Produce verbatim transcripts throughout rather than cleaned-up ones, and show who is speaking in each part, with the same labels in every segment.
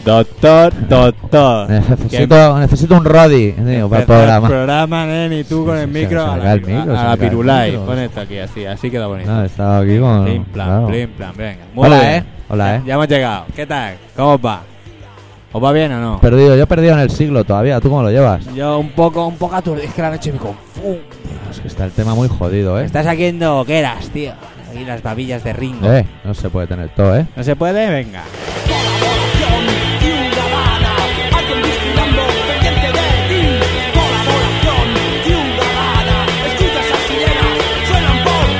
Speaker 1: Doctor, doctor.
Speaker 2: Necesito, necesito un Rodi tío, para el programa.
Speaker 1: El programa, nen, y tú con el
Speaker 2: Se-
Speaker 1: micro
Speaker 2: se
Speaker 1: a
Speaker 2: me
Speaker 1: la,
Speaker 2: cae el
Speaker 1: piru-
Speaker 2: micro,
Speaker 1: a
Speaker 2: se
Speaker 1: la
Speaker 2: me cae el
Speaker 1: pirulai.
Speaker 2: micro.
Speaker 1: Pon esto aquí, así, así queda bonito.
Speaker 2: No, estaba aquí con...
Speaker 1: Plim, plan,
Speaker 2: claro.
Speaker 1: plim, plan, venga. Muy
Speaker 2: Hola,
Speaker 1: bien.
Speaker 2: eh. Hola, eh.
Speaker 1: Ya hemos llegado. ¿Qué tal? ¿Cómo os va? ¿Os va bien o no?
Speaker 2: Perdido, yo he perdido en el siglo todavía. ¿Tú cómo lo llevas?
Speaker 1: Yo un poco, un poco aturdido. Es que la noche me confundo.
Speaker 2: Es que está el tema muy jodido,
Speaker 1: Me
Speaker 2: ¿eh?
Speaker 1: estás haciendo hogueras, tío. Aquí las babillas de Ringo.
Speaker 2: Eh, no se puede tener todo, ¿eh?
Speaker 1: ¿No se puede? Venga.
Speaker 3: Colaboración ciudadana, alguien vigilando pendiente de ti. Colaboración ciudadana, escucha esas sirenas, suenan por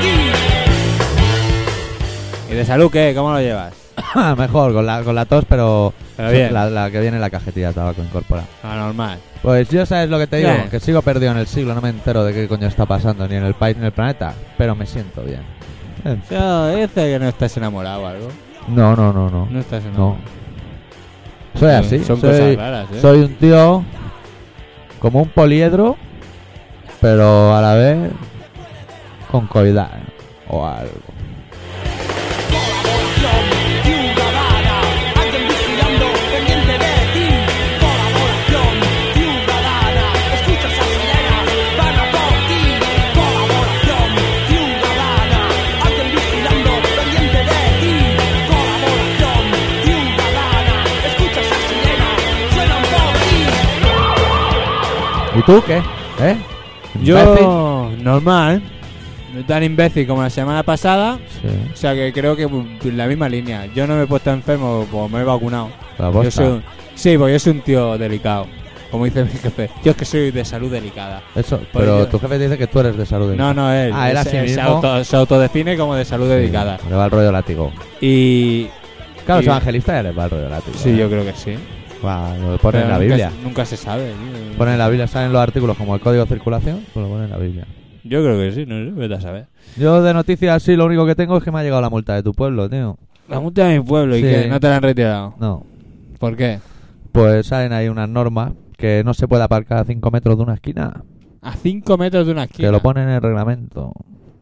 Speaker 3: ti.
Speaker 1: ¿Y de salud qué? ¿Cómo lo llevas?
Speaker 2: Mejor, con la, con la tos, pero...
Speaker 1: Pero bien.
Speaker 2: La, la que viene en la cajetilla de tabaco incorporada.
Speaker 1: Anormal.
Speaker 2: Pues yo, ¿sabes lo que te digo?
Speaker 1: Bien.
Speaker 2: Que sigo perdido en el siglo, no me entero de qué coño está pasando, ni en el país ni en el planeta, pero me siento bien. Eh,
Speaker 1: Yo dice que no estás enamorado o algo.
Speaker 2: No, no, no, no.
Speaker 1: No estás enamorado.
Speaker 2: No. Soy así,
Speaker 1: Son
Speaker 2: soy,
Speaker 1: cosas raras, ¿eh?
Speaker 2: soy un tío como un poliedro, pero a la vez con coidad o algo.
Speaker 3: Colaboración ciudadana, alguien vigilando pendiente de ti. Colaboración ciudadana, escucha esas sirenas, van a por ti. Colaboración ciudadana, alguien vigilando pendiente de ti. Colaboración ciudadana, escucha esas sirenas, suenan por ti.
Speaker 2: ¿Y tú qué? ¿Eh? ¿Imbécil?
Speaker 1: Yo, normal. No tan imbécil como la semana pasada.
Speaker 2: Sí,
Speaker 1: O sea que creo que en la misma línea. Yo no me he puesto enfermo porque me he vacunado.
Speaker 2: la
Speaker 1: Yo
Speaker 2: bosta.
Speaker 1: soy un- sí, porque yo soy un tío delicado. Como dice mi jefe. Yo es que soy de salud delicada.
Speaker 2: Eso,
Speaker 1: Pues
Speaker 2: pero
Speaker 1: yo-
Speaker 2: tu jefe te dice que tú eres de salud.
Speaker 1: No, no, él.
Speaker 2: Ah, él
Speaker 1: se,
Speaker 2: así
Speaker 1: se
Speaker 2: mismo.
Speaker 1: auto- se autodefine como de salud dedicada.
Speaker 2: Le va el rollo látigo.
Speaker 1: Y.
Speaker 2: Claro,
Speaker 1: y-
Speaker 2: es evangelista y ya le va el rollo látigo.
Speaker 1: Sí,
Speaker 2: ¿eh?
Speaker 1: yo creo que sí.
Speaker 2: Va, lo pone en
Speaker 1: Pero
Speaker 2: la
Speaker 1: nunca
Speaker 2: Biblia.
Speaker 1: se- Nunca se sabe. tío.
Speaker 2: Pone en la Biblia, salen los artículos como el código de circulación, pues lo pone en la Biblia.
Speaker 1: Yo creo que sí, no sé, vete a saber.
Speaker 2: Yo de noticias sí, lo único que tengo es que me ha llegado la multa de tu pueblo, tío.
Speaker 1: La multa de mi pueblo, ¿y
Speaker 2: Sí.
Speaker 1: qué? ¿No te la han retirado?
Speaker 2: No,
Speaker 1: ¿Por qué?
Speaker 2: pues salen ahí unas normas que no se puede aparcar a cinco metros de una esquina,
Speaker 1: A cinco metros de una esquina.
Speaker 2: que lo ponen en el reglamento.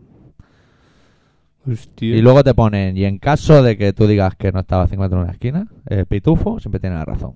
Speaker 1: Hostia.
Speaker 2: Y luego te ponen, y en caso de que tú digas que no estaba a cinco metros de una esquina, el pitufo siempre tiene la razón.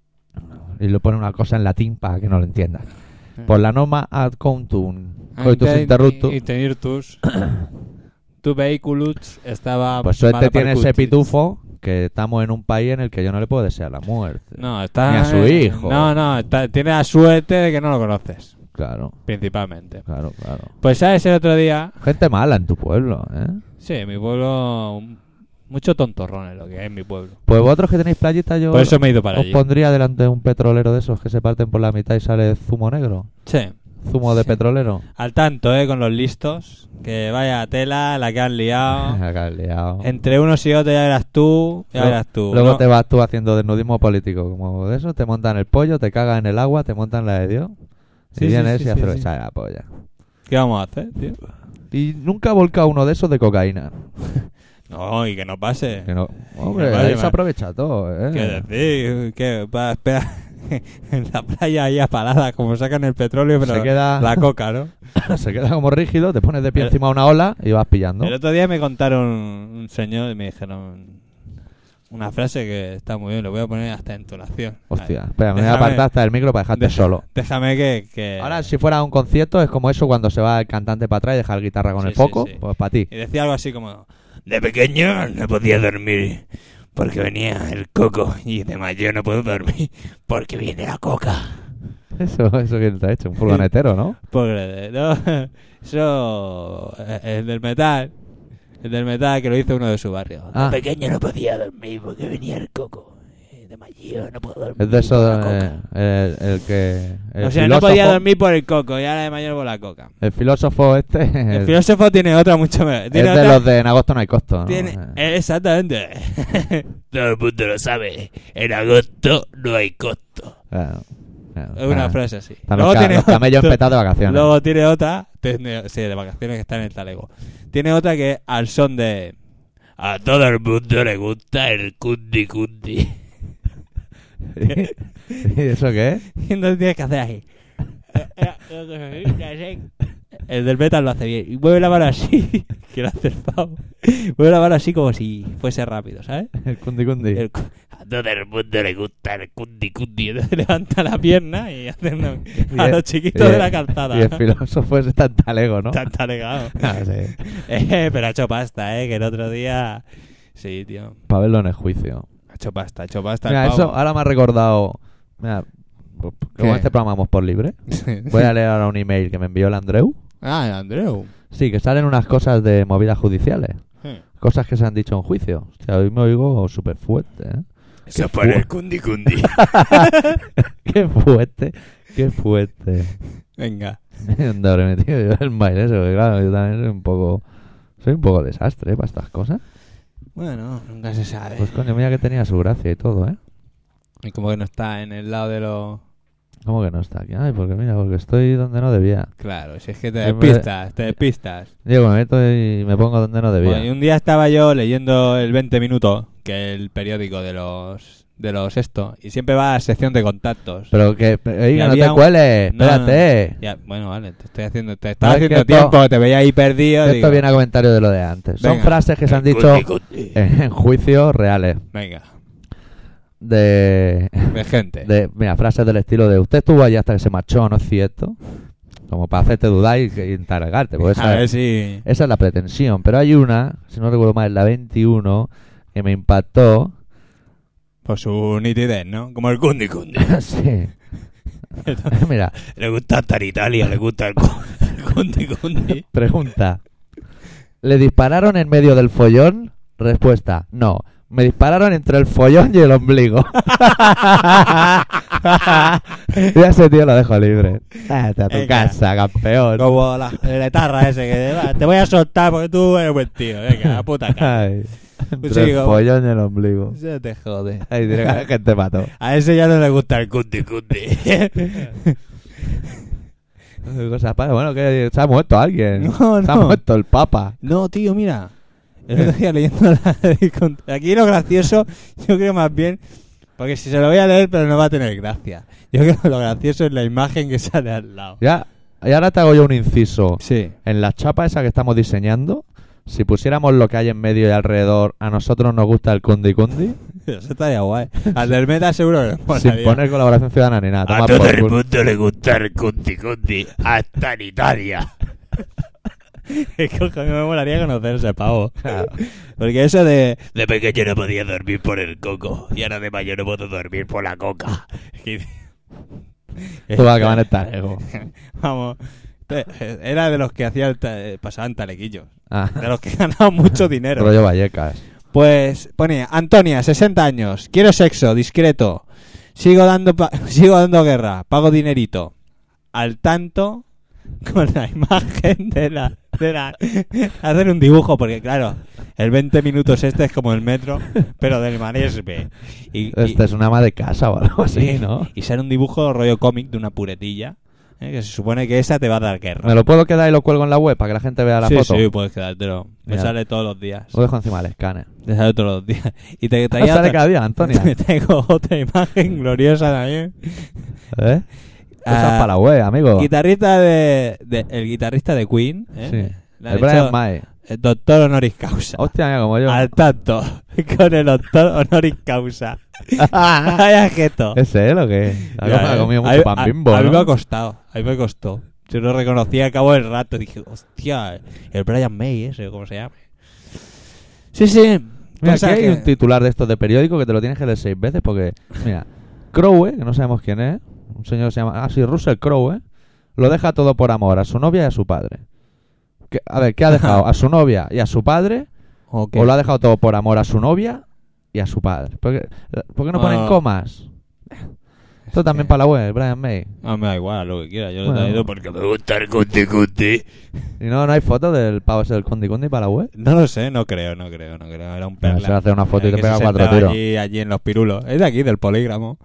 Speaker 2: Y le ponen una cosa en latín para que no lo entiendas. Por la norma ad contum coitus
Speaker 1: Ante-
Speaker 2: interruptus,
Speaker 1: interruptus, tu vehículus estaba
Speaker 2: pues suerte
Speaker 1: mala
Speaker 2: tiene ese
Speaker 1: percutis.
Speaker 2: pitufo que estamos en un país en el que yo no le puedo desear la muerte.
Speaker 1: No, está...
Speaker 2: Ni a su
Speaker 1: eh,
Speaker 2: hijo.
Speaker 1: No, no, está- tiene la suerte de que no lo conoces,
Speaker 2: Claro,
Speaker 1: principalmente.
Speaker 2: claro, claro.
Speaker 1: Pues, ¿sabes? El otro día...
Speaker 2: Gente mala en tu pueblo, ¿eh?
Speaker 1: Sí, en mi pueblo... Mucho tontorrón es lo que hay en mi pueblo.
Speaker 2: Pues vosotros que tenéis playitas, yo
Speaker 1: Por eso me he ido para
Speaker 2: os
Speaker 1: allí.
Speaker 2: pondría delante de un petrolero de esos que se parten por la mitad y sale zumo negro.
Speaker 1: Sí.
Speaker 2: Zumo de
Speaker 1: Sí.
Speaker 2: petrolero.
Speaker 1: Al tanto, ¿eh? Con los listos. Que vaya tela, la que han liado.
Speaker 2: Que has liado.
Speaker 1: Entre unos y otros ya verás tú, ya
Speaker 2: Luego-
Speaker 1: verás tú.
Speaker 2: Luego
Speaker 1: ¿no?
Speaker 2: te vas tú haciendo desnudismo político, como de eso, te montan el pollo, te cagan en el agua, te montan la de Dios.
Speaker 1: Sí,
Speaker 2: y
Speaker 1: sí,
Speaker 2: vienes
Speaker 1: sí,
Speaker 2: y
Speaker 1: sí,
Speaker 2: haces
Speaker 1: sí.
Speaker 2: esa la polla.
Speaker 1: ¿Qué vamos a hacer, tío?
Speaker 2: Y nunca volca uno de esos de cocaína.
Speaker 1: No, y que no pase.
Speaker 2: Que no. Hombre,
Speaker 1: Vale,
Speaker 2: ahí se
Speaker 1: vale.
Speaker 2: aprovecha todo, ¿eh?
Speaker 1: ¿Qué decir? ¿Qué? Va, espera. En la playa ahí apalada, como sacan el petróleo, pero
Speaker 2: Se queda-
Speaker 1: la coca, ¿no?
Speaker 2: Se queda como rígido, te pones de pie
Speaker 1: El-
Speaker 2: encima de una ola y vas pillando.
Speaker 1: El otro día me contaron un señor y me dijeron una frase que está muy bien, lo voy a poner hasta entonación.
Speaker 2: Hostia, espera, me voy a
Speaker 1: Déjame-
Speaker 2: apartar hasta el micro para dejarte
Speaker 1: Deja-
Speaker 2: solo.
Speaker 1: Déjame que... que-
Speaker 2: Ahora, si fuera un concierto, es como eso cuando se va el cantante para atrás y deja la guitarra con
Speaker 1: Sí,
Speaker 2: el
Speaker 1: sí,
Speaker 2: foco.
Speaker 1: sí.
Speaker 2: Pues para ti.
Speaker 1: Y decía algo así como... De pequeño no podía dormir porque venía el coco y de mayor no puedo dormir porque viene la coca.
Speaker 2: Eso, eso que te ha hecho, un furgonetero, ¿no?
Speaker 1: Pobre, ¿no? Eso... eh, El del metal... El del metal que lo hizo uno de su barrio.
Speaker 2: Ah.
Speaker 1: De pequeño no podía dormir porque venía el coco. Y de mayor no puedo dormir
Speaker 2: Es de eso,
Speaker 1: por la
Speaker 2: eh,
Speaker 1: coca.
Speaker 2: el, el que. El
Speaker 1: O sea, no
Speaker 2: filósofo-
Speaker 1: podía dormir por el coco y ahora de mayor por la coca.
Speaker 2: El filósofo este.
Speaker 1: El
Speaker 2: el-
Speaker 1: filósofo tiene otra mucho mejor.
Speaker 2: es
Speaker 1: Tiene
Speaker 2: de
Speaker 1: otra-
Speaker 2: los de En agosto no hay costo, ¿no?
Speaker 1: tiene-
Speaker 2: Eh,
Speaker 1: eh, exactamente. Todo el mundo lo sabe. En agosto no hay costo.
Speaker 2: claro, claro,
Speaker 1: Es una
Speaker 2: claro.
Speaker 1: frase así.
Speaker 2: Están los, ca- los camellos empetados de vacaciones.
Speaker 1: Luego tiene otra. tiene- sí, de vacaciones que está en el talego. Tiene otra que es al son de. A todo el mundo le gusta el cundi cundi.
Speaker 2: ¿Y eso qué es?
Speaker 1: Y entonces tienes que hacer así. El del metal lo hace bien. Y mueve la mano así. Quiero hacer pavo. Mueve la mano así como si fuese rápido, ¿sabes?
Speaker 2: El cundi cundi.
Speaker 1: El cu- a todo el mundo le gusta el cundi cundi. Entonces levanta la pierna y hace una...
Speaker 2: Y
Speaker 1: a
Speaker 2: el-
Speaker 1: los chiquitos
Speaker 2: y
Speaker 1: de
Speaker 2: el-
Speaker 1: la calzada.
Speaker 2: Y el filósofo es tan talego, ¿no?
Speaker 1: Está legado.
Speaker 2: Ah, sí.
Speaker 1: Eh, pero ha hecho pasta, ¿eh? Que el otro día... Sí, tío.
Speaker 2: Para verlo en el juicio.
Speaker 1: Ha hecho pasta, ha hecho pasta.
Speaker 2: Mira,
Speaker 1: el pavo.
Speaker 2: eso ahora me ha recordado. Mira, como
Speaker 1: ¿Qué?
Speaker 2: este programa vamos por libre, voy a leer ahora un email que me envió el Andreu.
Speaker 1: Ah, Andreu.
Speaker 2: Sí, que salen unas cosas de movidas judiciales.
Speaker 1: Hmm.
Speaker 2: Cosas que se han dicho en juicio. Hostia, hoy me oigo súper fuerte, ¿eh?
Speaker 1: Eso
Speaker 2: Qué
Speaker 1: por el
Speaker 2: fu-
Speaker 1: cundi cundi.
Speaker 2: Qué fuerte, qué fuerte.
Speaker 1: Venga.
Speaker 2: ¿Dónde habré metido yo el mail eso? Que claro, yo también soy un poco... Soy un poco desastre, ¿eh? Para estas cosas.
Speaker 1: Bueno, nunca se sabe.
Speaker 2: Pues coño, mira que tenía su gracia y todo, ¿eh?
Speaker 1: Y como que no está en el lado de los...
Speaker 2: ¿Cómo que no está aquí? Ay, porque mira, porque estoy donde no debía.
Speaker 1: Claro, si es que te
Speaker 2: Siempre-
Speaker 1: despistas, te despistas.
Speaker 2: Digo, me meto y me pongo donde no debía.
Speaker 1: Bueno, y un día estaba yo leyendo el veinte minutos, que es el periódico de los... De los esto. Y siempre va a la sección de contactos.
Speaker 2: Pero que, oiga,
Speaker 1: Y
Speaker 2: no
Speaker 1: había
Speaker 2: te
Speaker 1: un-
Speaker 2: cueles,
Speaker 1: No,
Speaker 2: espérate.
Speaker 1: Ya, bueno, vale, te estoy haciendo... Te estaba
Speaker 2: No, es que
Speaker 1: haciendo
Speaker 2: esto-
Speaker 1: tiempo, te veía ahí perdido.
Speaker 2: Esto
Speaker 1: digo,
Speaker 2: viene a comentario de lo de antes. Son
Speaker 1: Venga.
Speaker 2: frases que se han
Speaker 1: El
Speaker 2: dicho
Speaker 1: cundi cundi.
Speaker 2: en, en juicios reales.
Speaker 1: Venga,
Speaker 2: De,
Speaker 1: de gente.
Speaker 2: de, mira, frases del estilo de usted estuvo allí hasta que se marchó, ¿no es cierto? Como para hacerte dudar y, y encargarte. Porque
Speaker 1: a
Speaker 2: esa,
Speaker 1: ver si...
Speaker 2: esa es la pretensión. Pero hay una, si no recuerdo mal, la veintiuno, que me impactó.
Speaker 1: Por su nitidez, ¿no? Como el cundi cundi.
Speaker 2: Sí. Mira,
Speaker 1: Le gusta estar en Italia, le gusta el, cu- el cundi cundi.
Speaker 2: pregunta. ¿Le dispararon en medio del follón? Respuesta, no. Me dispararon entre el follón y el ombligo. Ya ese tío lo dejo libre. Vete a tu
Speaker 1: Venga.
Speaker 2: casa, campeón.
Speaker 1: Como la, el etarra ese que va, te voy a soltar porque tú eres buen tío. Venga, la puta cara.
Speaker 2: Ay, entre
Speaker 1: Sí,
Speaker 2: el
Speaker 1: como-
Speaker 2: follón y el ombligo.
Speaker 1: Se te jode.
Speaker 2: Ay, diré que te mató.
Speaker 1: A ese ya no le gusta el cundi cundi.
Speaker 2: Cosa para- bueno, que se ha muerto alguien.
Speaker 1: No,
Speaker 2: Se ha
Speaker 1: no.
Speaker 2: muerto el papa.
Speaker 1: No, tío, mira. El otro día leyendo la... Aquí lo gracioso, yo creo más bien... Porque si se lo voy a leer, pero no va a tener gracia. Yo creo que lo gracioso es la imagen que sale al lado.
Speaker 2: Ya, y ahora te hago yo un inciso.
Speaker 1: Sí.
Speaker 2: En la chapa esa que estamos diseñando, si pusiéramos lo que hay en medio y alrededor, a nosotros nos gusta el cundi cundi,
Speaker 1: Eso estaría guay. Al del meta seguro que nos
Speaker 2: sin
Speaker 1: molaría.
Speaker 2: poner colaboración ciudadana ni nada.
Speaker 1: A
Speaker 2: Toma
Speaker 1: todo
Speaker 2: por
Speaker 1: el
Speaker 2: culo.
Speaker 1: mundo le gusta el cundi cundi, hasta en Italia. Es que coño, me molaría conocer ese pavo.
Speaker 2: Claro.
Speaker 1: Porque eso de... De pequeño no podía dormir por el coco. Y ahora de mayor no puedo dormir por la coca.
Speaker 2: Tú vas a acabar en el talego.
Speaker 1: Vamos. te- Era de los que hacían... ta- Pasaban talequillos.
Speaker 2: Ah,
Speaker 1: De los que ganaban mucho dinero.
Speaker 2: rollo Vallecas.
Speaker 1: Pues pone Antonia, sesenta años, quiero sexo, discreto, sigo dando pa- sigo dando guerra, pago dinerito, al tanto con la imagen de la, de la hacer un dibujo, porque claro, el veinte minutos este es como el metro, pero del Maresme. Y, y-
Speaker 2: Este es una ama de casa o algo así,
Speaker 1: sí,
Speaker 2: ¿no?
Speaker 1: y sale un dibujo rollo cómic de una puretilla, ¿eh? Que se supone que esa te va a dar guerra.
Speaker 2: ¿Me lo puedo quedar y lo cuelgo en la web para que la gente vea la
Speaker 1: sí,
Speaker 2: foto?
Speaker 1: sí, puedes quedártelo. Me
Speaker 2: Mira.
Speaker 1: sale todos los días.
Speaker 2: Lo dejo encima del escáner.
Speaker 1: Te sale todos los días. Y te
Speaker 2: Ah,
Speaker 1: traía
Speaker 2: sale
Speaker 1: otra-
Speaker 2: cada día, Antonia.
Speaker 1: Me tengo otra imagen gloriosa también.
Speaker 2: ¿Eh? Cosas
Speaker 1: Ah,
Speaker 2: para la web, amigo.
Speaker 1: Guitarrista de, de- el guitarrista de Queen, ¿eh?
Speaker 2: Sí.
Speaker 1: Le han
Speaker 2: El Brian
Speaker 1: hecho,
Speaker 2: May.
Speaker 1: eh, doctor honoris causa.
Speaker 2: Hostia, mira, como yo.
Speaker 1: Al tanto, con el doctor honoris causa. Vaya jeto.
Speaker 2: ¿Ese es lo que? Ha
Speaker 1: Ya, eh.
Speaker 2: comido
Speaker 1: A-
Speaker 2: mucho pan
Speaker 1: a-
Speaker 2: bimbo,
Speaker 1: A mí me ha
Speaker 2: ¿no?
Speaker 1: costado, a mí me costó. Yo lo reconocí al cabo del rato. Dije, hostia, el Brian May ese, ¿cómo se llama? Sí, sí.
Speaker 2: Mira, aquí
Speaker 1: Cosas
Speaker 2: hay
Speaker 1: que-
Speaker 2: un titular de estos de periódico que te lo tienes que leer seis veces porque, mira, Crowe, que no sabemos quién es, un señor que se llama, ah, sí, Russell Crowe, lo deja todo por amor a su novia y a su padre. ¿Qué- a ver, ¿qué ha dejado? ¿A su novia y a su padre?
Speaker 1: Ok.
Speaker 2: ¿O lo ha dejado todo por amor a su novia y a su padre? ¿Por qué, por qué no ponen
Speaker 1: Ah.
Speaker 2: comas? Esto también para la web, Brian May.
Speaker 1: Ah, me da igual, lo que quiera. Yo lo he
Speaker 2: Bueno.
Speaker 1: traído porque me gusta el cundi cundi.
Speaker 2: ¿Y no, no hay foto del pavo ese del Condi Condi para la web?
Speaker 1: No lo sé, no creo, no creo, no creo. Era un
Speaker 2: Mira,
Speaker 1: perla.
Speaker 2: se va a hacer una foto y
Speaker 1: El
Speaker 2: te
Speaker 1: que
Speaker 2: pega
Speaker 1: se
Speaker 2: cuatro
Speaker 1: sentaba
Speaker 2: tiros.
Speaker 1: Allí, allí en los pirulos. Es de aquí, del polígramo.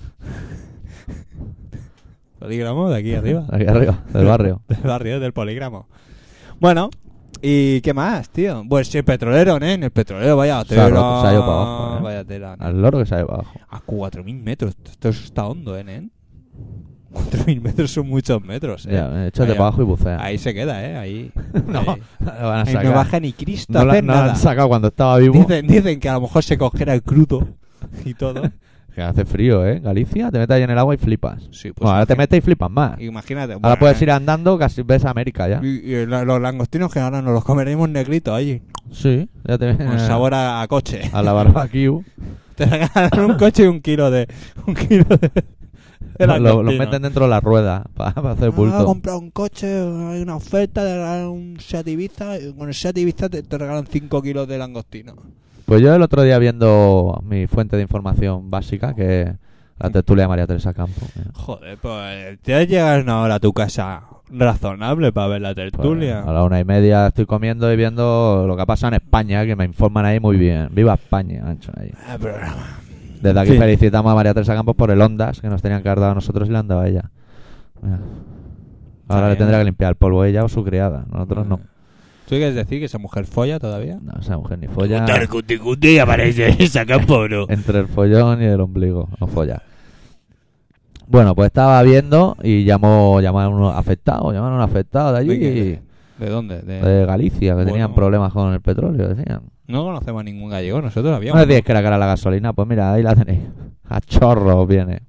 Speaker 1: Polígramo de aquí arriba.
Speaker 2: Aquí arriba, del barrio.
Speaker 1: Del barrio, del polígramo. Bueno, ¿y qué más, tío? Pues sí, el petrolero, ¿eh? En el petrolero, vaya
Speaker 2: Se ha
Speaker 1: tela.
Speaker 2: roto, se ha ido para abajo, ¿eh?
Speaker 1: Vaya tela. ¿no?
Speaker 2: Al loro que sale para abajo.
Speaker 1: A cuatro mil metros. Esto está hondo, ¿eh, nen? cuatro mil metros son muchos metros, ¿eh?
Speaker 2: Ya, échate
Speaker 1: Ahí-
Speaker 2: para abajo y bucea.
Speaker 1: Ahí se queda, ¿eh? Ahí.
Speaker 2: no,
Speaker 1: ahí.
Speaker 2: lo van a
Speaker 1: Ahí
Speaker 2: sacar.
Speaker 1: no baja ni Cristo
Speaker 2: No
Speaker 1: a
Speaker 2: la,
Speaker 1: hacer
Speaker 2: no la
Speaker 1: nada.
Speaker 2: han sacado cuando estaba vivo.
Speaker 1: Dicen, dicen que a lo mejor se congela el crudo y todo.
Speaker 2: Que hace frío, ¿eh? Galicia, te metes ahí en el agua y flipas.
Speaker 1: Sí, pues
Speaker 2: Bueno, ahora te
Speaker 1: imagina-
Speaker 2: metes y flipas más.
Speaker 1: Imagínate.
Speaker 2: Ahora
Speaker 1: bueno,
Speaker 2: puedes
Speaker 1: eh,
Speaker 2: ir andando, casi ves a América ya.
Speaker 1: Y, y la- los langostinos que ahora nos los comeremos negritos allí,
Speaker 2: Sí, ya te ves
Speaker 1: con sabor a, a coche.
Speaker 2: a la barbecue.
Speaker 1: Te regalan un coche y un kilo de... Un kilo de, de
Speaker 2: Lo, lo-
Speaker 1: langostino.
Speaker 2: los meten dentro de la rueda para hacer
Speaker 1: Ah,
Speaker 2: bulto.
Speaker 1: comprar un coche, hay una oferta, te regalan un Seat Ibiza, y con el Seat Ibiza te, te regalan cinco kilos de langostino.
Speaker 2: Pues yo el otro día viendo mi fuente de información básica, que es la tertulia de María Teresa Campos. eh,
Speaker 1: Joder, pues te has llegado una hora a tu casa razonable para ver la
Speaker 2: pues,
Speaker 1: tertulia.
Speaker 2: a la una y media estoy comiendo y viendo lo que pasa en España, que me informan ahí muy bien. ¡Viva España, ancho! Ahí.
Speaker 1: Ah, programa.
Speaker 2: Desde aquí
Speaker 1: Sí.
Speaker 2: felicitamos a María Teresa Campos por el Ondas, que nos tenían que haber dado a nosotros y le han dado a ella. Mira. Ahora le
Speaker 1: bien.
Speaker 2: tendrá que limpiar el polvo ella o su criada. Nosotros no.
Speaker 1: ¿Tú quieres decir que esa mujer folla todavía?
Speaker 2: No, esa mujer ni folla.
Speaker 4: Cuti, cuti, y aparece esa campo, ¿no?
Speaker 2: Entre el follón y el ombligo, no folla. Bueno, pues estaba viendo y llamó, llamaron a unos afectados, llamaron a unos afectados de allí,
Speaker 1: ¿De qué? ¿De dónde? De...
Speaker 2: de Galicia, que
Speaker 1: Bueno.
Speaker 2: tenían problemas con el petróleo, decían.
Speaker 1: No conocemos a ningún gallego, nosotros
Speaker 2: No
Speaker 1: habíamos.
Speaker 2: decíais que era cara la gasolina, pues mira, ahí la tenéis. A chorros viene.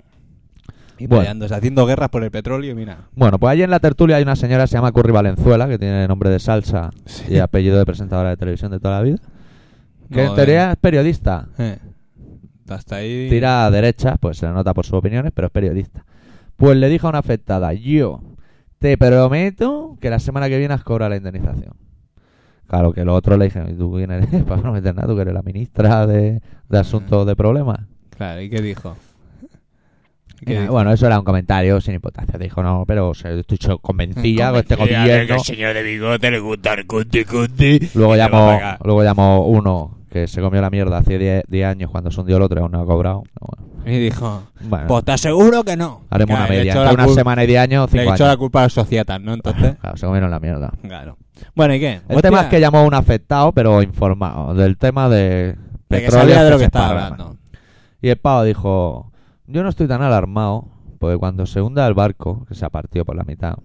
Speaker 1: Y
Speaker 2: Bueno.
Speaker 1: peleándose, haciendo guerras por el petróleo, mira.
Speaker 2: Bueno, pues allí en la tertulia hay una señora que se llama Curry Valenzuela, que tiene nombre de salsa
Speaker 1: Sí.
Speaker 2: y apellido de presentadora de televisión de toda la vida. Que
Speaker 1: No,
Speaker 2: en teoría es periodista.
Speaker 1: Eh. Hasta ahí.
Speaker 2: Tira a derechas, pues se le nota por sus opiniones, pero es periodista. Pues le dijo a una afectada, yo te prometo que la semana que viene has cobrado la indemnización. Claro, que los otros le dijeron, ¿y tú quién eres para prometer nada? ¿Tú que eres la ministra de, de Asuntos de Problemas?
Speaker 1: Claro, ¿y qué dijo? ¿Y qué
Speaker 2: Eh,
Speaker 1: dijo?
Speaker 2: bueno, eso era un comentario sin importancia. Dijo, no, pero o sea, estoy cho- convencida con este
Speaker 4: Que al
Speaker 2: gobierno.
Speaker 4: señor de bigote le gusta el cuti, cuti.
Speaker 2: Luego
Speaker 4: y se va
Speaker 2: llamó,
Speaker 4: a pagar.
Speaker 2: luego llamó uno que se comió la mierda hace diez años cuando se hundió el otro y aún no ha cobrado. Bueno,
Speaker 1: Y dijo,
Speaker 2: bueno,
Speaker 1: pues te aseguro que no.
Speaker 2: haremos
Speaker 1: Claro,
Speaker 2: una
Speaker 1: le
Speaker 2: media.
Speaker 1: echó
Speaker 2: Entre
Speaker 1: la
Speaker 2: una
Speaker 1: cul-
Speaker 2: semana y diez años,
Speaker 1: Le
Speaker 2: cinco
Speaker 1: echó la
Speaker 2: años.
Speaker 1: culpa a las societas, ¿no? Entonces,
Speaker 2: Claro, se comieron la mierda.
Speaker 1: claro. Bueno, ¿y qué?
Speaker 2: El tema es que llamó a un afectado, pero informado, del tema de
Speaker 1: De que
Speaker 2: petróleo
Speaker 1: sabía de lo que
Speaker 2: se
Speaker 1: estaba
Speaker 2: paga.
Speaker 1: hablando.
Speaker 2: Y el pavo dijo, yo no estoy tan alarmado, porque cuando se hunda el barco, que se ha partido por la mitad,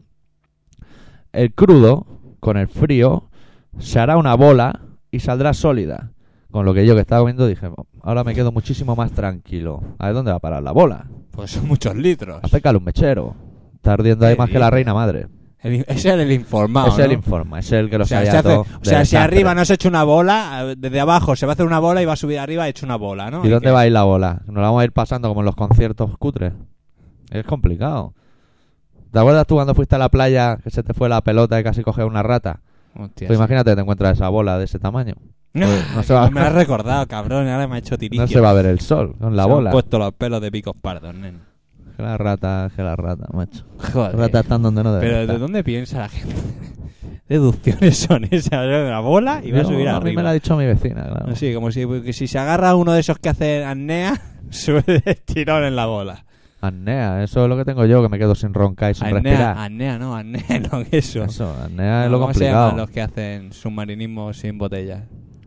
Speaker 2: el crudo, con el frío, se hará una bola y saldrá sólida. Con lo que yo que estaba comiendo dije, ahora me quedo muchísimo más tranquilo. A ver dónde va a parar la bola.
Speaker 1: Pues son muchos litros.
Speaker 2: Acércale un mechero. Está ardiendo ahí
Speaker 1: ¿Qué
Speaker 2: más que la
Speaker 1: dices?
Speaker 2: reina madre.
Speaker 1: El, ese es el informado,
Speaker 2: Ese es el
Speaker 1: ¿no?
Speaker 2: informa, ese es el que lo
Speaker 1: O sea,
Speaker 2: sabía
Speaker 1: se hace-
Speaker 2: todo.
Speaker 1: o
Speaker 2: de
Speaker 1: sea si
Speaker 2: desastre.
Speaker 1: arriba no se ha hecho una bola, eh, desde abajo se va a hacer una bola y va a subir arriba y hecho una bola, ¿no?
Speaker 2: ¿Y dónde
Speaker 1: que-
Speaker 2: va a ir la bola? Nos la vamos a ir pasando como en los conciertos cutres. Es complicado. ¿Te acuerdas tú cuando fuiste a la playa que se te fue la pelota y casi coges una rata?
Speaker 1: Hostia,
Speaker 2: Pues
Speaker 1: sí.
Speaker 2: imagínate que te encuentras esa bola de ese tamaño.
Speaker 1: No,
Speaker 2: Pues no se va-
Speaker 1: me lo has recordado, cabrón, ahora me ha hecho tiricio.
Speaker 2: No se va a ver el sol con la
Speaker 1: Se me han
Speaker 2: bola.
Speaker 1: puesto los pelos de picos pardos, nen.
Speaker 2: Que la rata, que la rata, macho.
Speaker 1: Joder.
Speaker 2: Las ratas están donde no deben
Speaker 1: Pero ¿de
Speaker 2: estar.
Speaker 1: dónde piensa la gente? Deducciones son esas, la bola y va a
Speaker 2: Yo-
Speaker 1: subir
Speaker 2: a mí me
Speaker 1: arriba.
Speaker 2: lo ha dicho mi vecina, claro.
Speaker 1: Sí, como si, que si se agarra uno de esos que hacen apnea, sube el tirón en la bola.
Speaker 2: Apnea, eso es lo que tengo yo, que me quedo sin roncar y sin
Speaker 1: Apnea,
Speaker 2: respirar.
Speaker 1: apnea, no, apnea, no, que eso.
Speaker 2: Eso, apnea es lo
Speaker 1: ¿Cómo se llaman
Speaker 2: complicado.
Speaker 1: los que hacen submarinismo sin botellas?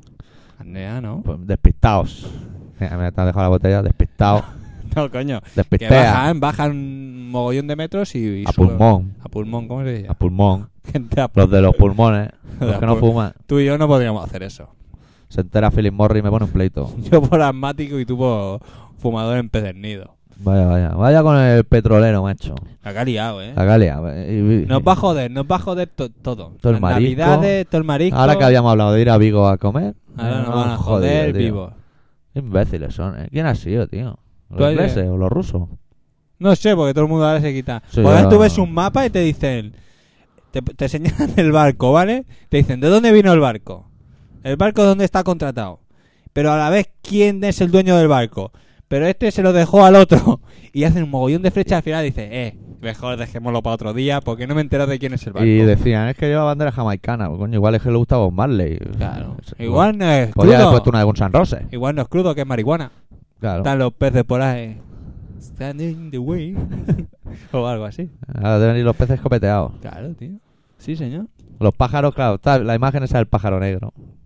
Speaker 1: Apnea, ¿no?
Speaker 2: Pues, despistados. Mira, me te has dejado la botella, despistado.
Speaker 1: No, coño. Que
Speaker 2: Despistea.
Speaker 1: bajan, bajan un mogollón de metros y, y
Speaker 2: A
Speaker 1: suben-
Speaker 2: pulmón.
Speaker 1: A pulmón, ¿cómo se dice?
Speaker 2: A pulmón.
Speaker 1: Gente a
Speaker 2: Los de los pulmones.
Speaker 1: De
Speaker 2: Los que no
Speaker 1: pul-
Speaker 2: fuman.
Speaker 1: Tú y yo no podríamos hacer eso.
Speaker 2: Se entera Philip Morris y me pone un pleito.
Speaker 1: Yo por asmático y tú por fumador empedernido.
Speaker 2: Vaya, vaya. Vaya con el petrolero, macho.
Speaker 1: La que ha liado, ¿eh?
Speaker 2: La Galia. Y- y-
Speaker 1: Nos va a joder, nos va a joder to- todo.
Speaker 2: Todo el
Speaker 1: Las
Speaker 2: marisco.
Speaker 1: Navidades, todo el marisco.
Speaker 2: Ahora que habíamos hablado de ir a Vigo a comer.
Speaker 1: Ahora nos
Speaker 2: no,
Speaker 1: van a
Speaker 2: jodido,
Speaker 1: joder
Speaker 2: tío.
Speaker 1: vivos.
Speaker 2: Qué imbéciles son, ¿eh? ¿Quién ha sido, tío?
Speaker 1: Tú
Speaker 2: ¿Los
Speaker 1: eres-
Speaker 2: ingleses o los rusos?
Speaker 1: No sé, porque todo el mundo ahora se quita.
Speaker 2: Sí,
Speaker 1: Porque ahora
Speaker 2: ya-
Speaker 1: tú ves un mapa y te dicen... Te, te señalan el barco, ¿vale? Te dicen, ¿de dónde vino el barco? El barco dónde está contratado. Pero a la vez, ¿quién es el dueño del barco? Pero este se lo dejó al otro. Y hacen un mogollón de flechas al final y dice, eh, mejor dejémoslo para otro día porque no me he enterado de quién es el barco.
Speaker 2: Y decían, es que lleva bandera jamaicana. Pues, coño, igual es que le gusta Bob Marley.
Speaker 1: Claro.
Speaker 2: Es-
Speaker 1: Igual no es
Speaker 2: Podría haber
Speaker 1: crudo.
Speaker 2: puesto una de Guns N' Roses.
Speaker 1: Igual no es crudo, que es marihuana.
Speaker 2: Claro.
Speaker 1: Están los peces por ahí. Standing the way. O algo así.
Speaker 2: Ahora deben ir los peces copeteados.
Speaker 1: Claro, tío. Sí, señor.
Speaker 2: Los pájaros, claro, está la imagen esa del pájaro negro.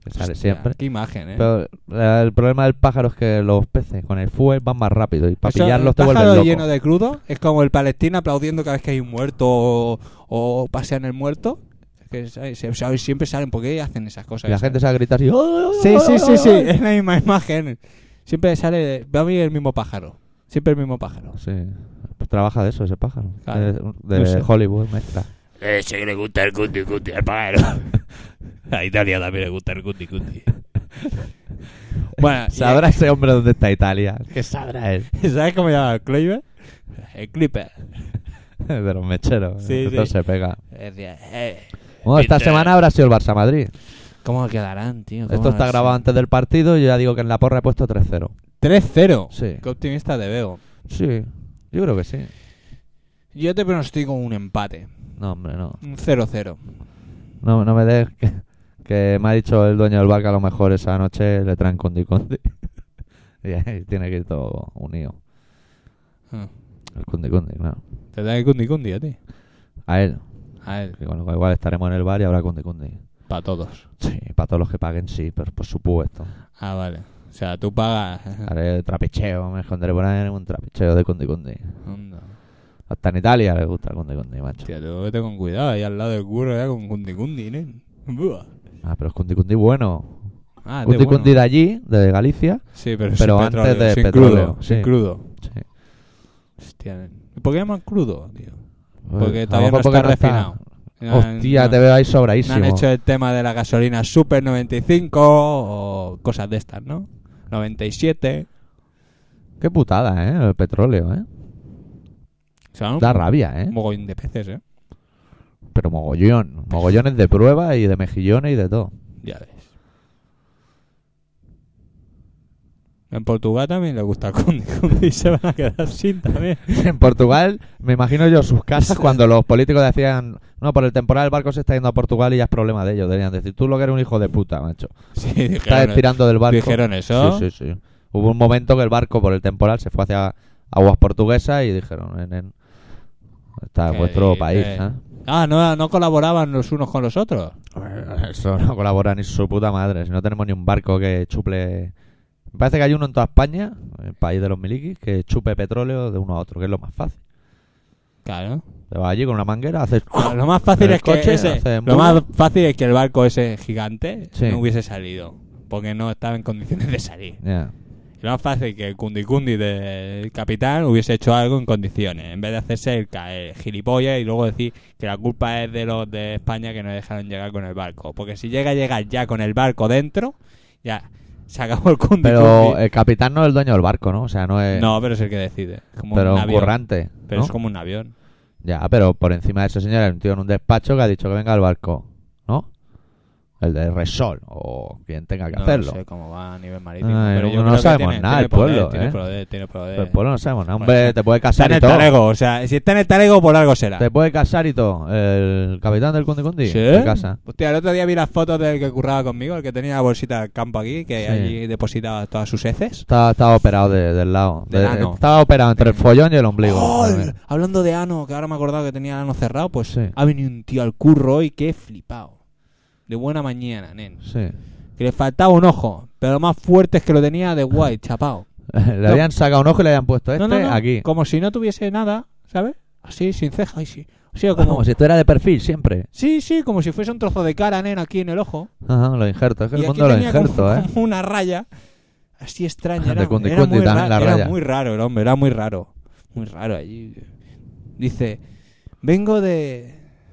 Speaker 2: que sale
Speaker 1: Hostia,
Speaker 2: siempre.
Speaker 1: Qué imagen, ¿eh?
Speaker 2: Pero eh, el problema del pájaro es que los peces con el fuel van más rápido y para
Speaker 1: Eso,
Speaker 2: pillarlos
Speaker 1: el
Speaker 2: te vuelven
Speaker 1: pájaro
Speaker 2: loco.
Speaker 1: lleno de crudo es como el palestino aplaudiendo cada vez que hay un muerto o, o pasean el muerto. Que se- se- se- siempre salen, ¿por qué hacen esas cosas?
Speaker 2: Y la gente se va a gritar así.
Speaker 1: Sí, sí, sí, sí, es la misma imagen. Siempre sale, va a mí el mismo pájaro. Siempre el mismo pájaro.
Speaker 2: Sí, pues trabaja de eso ese pájaro.
Speaker 1: Claro.
Speaker 2: De, de
Speaker 1: Yo sé.
Speaker 2: Hollywood, mezcla.
Speaker 4: Ese que le gusta el cuti cuti al pájaro. A Italia también le gusta el cuti cuti.
Speaker 1: Bueno, y-
Speaker 2: ¿Sabrá ese hombre dónde está Italia? ¿Qué sabrá él?
Speaker 1: ¿sabes cómo se llama el Clipper? El Clipper.
Speaker 2: De los mecheros.
Speaker 1: Sí,
Speaker 2: Esto
Speaker 1: sí.
Speaker 2: se pega.
Speaker 1: Decía, eh,
Speaker 2: Bueno, esta
Speaker 4: Peter.
Speaker 2: semana habrá sido el Barça-Madrid.
Speaker 1: ¿Cómo quedarán, tío? ¿Cómo
Speaker 2: Esto está
Speaker 1: no sé?
Speaker 2: grabado antes del partido y yo ya digo que en la porra he puesto tres cero.
Speaker 1: tres cero.
Speaker 2: Sí.
Speaker 1: Qué optimista te veo.
Speaker 2: Sí, yo creo que sí.
Speaker 1: Yo te pronostico un empate.
Speaker 2: No, hombre, no.
Speaker 1: Un cero cero.
Speaker 2: No, no me des que, que me ha dicho el dueño del bar que a lo mejor esa noche le traen condi condi. Y ahí tiene que ir todo unido.
Speaker 1: Ah,
Speaker 2: El condi condi, claro.
Speaker 1: Te da el cundi cundi a ti.
Speaker 2: A él.
Speaker 1: A él.
Speaker 2: Que con lo cual igual estaremos en el bar y habrá condi condi.
Speaker 1: Para todos.
Speaker 2: Sí, para todos los que paguen, sí, pero por supuesto.
Speaker 1: Ah, vale. O sea, tú pagas.
Speaker 2: Haré trapicheo, me esconderé por ahí en un trapicheo de condi condi.
Speaker 1: Anda.
Speaker 2: Hasta en Italia le gusta el condi condi, macho.
Speaker 1: Hostia, tú vete con cuidado. Ahí al lado del curro ya con cundi cundi, ¿eh? Buah.
Speaker 2: Ah, pero es condi condi bueno.
Speaker 1: Ah, de
Speaker 2: Condi
Speaker 1: bueno.
Speaker 2: condi de allí, de Galicia.
Speaker 1: Sí, pero,
Speaker 2: pero
Speaker 1: sin
Speaker 2: antes
Speaker 1: petróleo,
Speaker 2: de
Speaker 1: sin
Speaker 2: petróleo,
Speaker 1: crudo.
Speaker 2: sí.
Speaker 1: Sin crudo.
Speaker 2: Sí.
Speaker 1: Hostia, nen. ¿Y por qué llaman crudo, tío?
Speaker 2: Pues,
Speaker 1: Porque
Speaker 2: a lo
Speaker 1: todavía no
Speaker 2: mejor
Speaker 1: está
Speaker 2: porque
Speaker 1: refinado.
Speaker 2: Hostia,
Speaker 1: No-
Speaker 2: te veo ahí
Speaker 1: no
Speaker 2: sobradísimo.
Speaker 1: han hecho el tema de la gasolina Super noventa y cinco o cosas de estas, ¿no? noventa y siete.
Speaker 2: Qué putada, ¿eh? El petróleo, ¿eh?
Speaker 1: O sea, un
Speaker 2: Da rabia, ¿eh?
Speaker 1: mogollón de peces, ¿eh?
Speaker 2: Pero mogollón. Mogollones de prueba y de mejillones y de todo.
Speaker 1: Ya ves. En Portugal también le gusta el cundi cundi y se van a quedar sin también.
Speaker 2: En Portugal, me imagino yo sus casas cuando los políticos decían, no, por el temporal el barco se está yendo a Portugal y ya es problema de ellos. Deberían decir, tú lo que eres un hijo de puta, macho.
Speaker 1: Sí,
Speaker 2: Estás
Speaker 1: dijeron,
Speaker 2: tirando del barco.
Speaker 1: ¿Dijeron eso?
Speaker 2: Sí, sí, sí. Hubo un momento que el barco por el temporal se fue hacia aguas portuguesas y dijeron, en, en- está en
Speaker 1: ¿Qué
Speaker 2: vuestro
Speaker 1: dices?
Speaker 2: país, ¿eh?
Speaker 1: Ah, no, no colaboraban los unos con los otros.
Speaker 2: Eso no colabora ni su puta madre. Si no tenemos ni un barco que chuple. Me parece que hay uno en toda España, el país de los milikis, que chupe petróleo de uno a otro, que es lo más fácil.
Speaker 1: Claro.
Speaker 2: Te vas allí con una manguera, haces.
Speaker 1: Lo, lo más fácil
Speaker 2: En el
Speaker 1: es que
Speaker 2: coche,
Speaker 1: ese-
Speaker 2: hace
Speaker 1: lo
Speaker 2: embudo.
Speaker 1: más fácil es que el barco ese gigante
Speaker 2: Sí.
Speaker 1: no hubiese salido, porque no estaba en condiciones de salir.
Speaker 2: Ya.
Speaker 1: Y lo más fácil es que el cundi cundi del capitán hubiese hecho algo en condiciones, en vez de hacerse el, ca- el gilipollas y luego decir que la culpa es de los de España que no dejaron llegar con el barco. Porque si llega a llegar ya con el barco dentro, ya se acabó el cundi
Speaker 2: Pero
Speaker 1: cundi.
Speaker 2: el capitán no es el dueño del barco, ¿no? O sea, no es.
Speaker 1: No, pero es el que decide. Es como
Speaker 2: pero
Speaker 1: un
Speaker 2: un
Speaker 1: avión.
Speaker 2: currante.
Speaker 1: Pero
Speaker 2: ¿no?
Speaker 1: es como un avión.
Speaker 2: Ya, pero por encima de ese señor hay un tío en un despacho que ha dicho que venga al barco, ¿no? El de Resol o quien tenga que
Speaker 1: No
Speaker 2: hacerlo.
Speaker 1: sé cómo va a nivel marítimo.
Speaker 2: Ay,
Speaker 1: pero
Speaker 2: no-
Speaker 1: yo
Speaker 2: no
Speaker 1: creo que
Speaker 2: sabemos
Speaker 1: tiene-
Speaker 2: nada
Speaker 1: tiene
Speaker 2: del pueblo,
Speaker 1: poder, Tiene
Speaker 2: ¿eh?
Speaker 1: poder, tiene poder.
Speaker 2: Del pueblo no sabemos nada.
Speaker 1: Bueno,
Speaker 2: Hombre,
Speaker 1: sí.
Speaker 2: te puede
Speaker 1: Está
Speaker 2: casar
Speaker 1: en
Speaker 2: y
Speaker 1: el
Speaker 2: todo.
Speaker 1: talego, o sea, si está en el talego, por algo será.
Speaker 2: Te puede casar y todo. El capitán del Cundi Cundi.
Speaker 1: ¿Sí?
Speaker 2: Te casa.
Speaker 1: Hostia, el otro día vi las fotos del que curraba conmigo, el que tenía la bolsita del campo aquí, que
Speaker 2: Sí.
Speaker 1: allí depositaba todas sus heces.
Speaker 2: Estaba, estaba operado de- del lado.
Speaker 1: Del
Speaker 2: De-
Speaker 1: ano.
Speaker 2: Estaba operado entre el follón y el ombligo.
Speaker 1: ¡Oh!
Speaker 2: También.
Speaker 1: Hablando de ano, que ahora me he acordado que tenía el ano cerrado, pues
Speaker 2: Sí.
Speaker 1: ha venido un tío al curro hoy que he flipado. De buena mañana, nen.
Speaker 2: Sí.
Speaker 1: Que le faltaba un ojo, pero lo más fuerte es que lo tenía de guay, chapao.
Speaker 2: Le
Speaker 1: No.
Speaker 2: habían sacado un ojo y le habían puesto este
Speaker 1: no, no, no,
Speaker 2: aquí.
Speaker 1: como si no tuviese nada, ¿sabes? Así, sin ceja, y sí. O sea,
Speaker 2: Como,
Speaker 1: como...
Speaker 2: si estuviera de perfil siempre.
Speaker 1: Sí, sí, como si fuese un trozo de cara, nen, aquí en el ojo.
Speaker 2: Ajá, los injertos. Es que
Speaker 1: Y
Speaker 2: el
Speaker 1: aquí
Speaker 2: mundo de los
Speaker 1: tenía como,
Speaker 2: injertos, ¿eh?
Speaker 1: como una raya así extraña.
Speaker 2: De
Speaker 1: Era,
Speaker 2: Cundi
Speaker 1: era
Speaker 2: Cundi
Speaker 1: muy
Speaker 2: también
Speaker 1: ra-
Speaker 2: la
Speaker 1: era
Speaker 2: raya.
Speaker 1: muy raro el hombre, era muy raro. Muy raro allí. Dice, vengo de...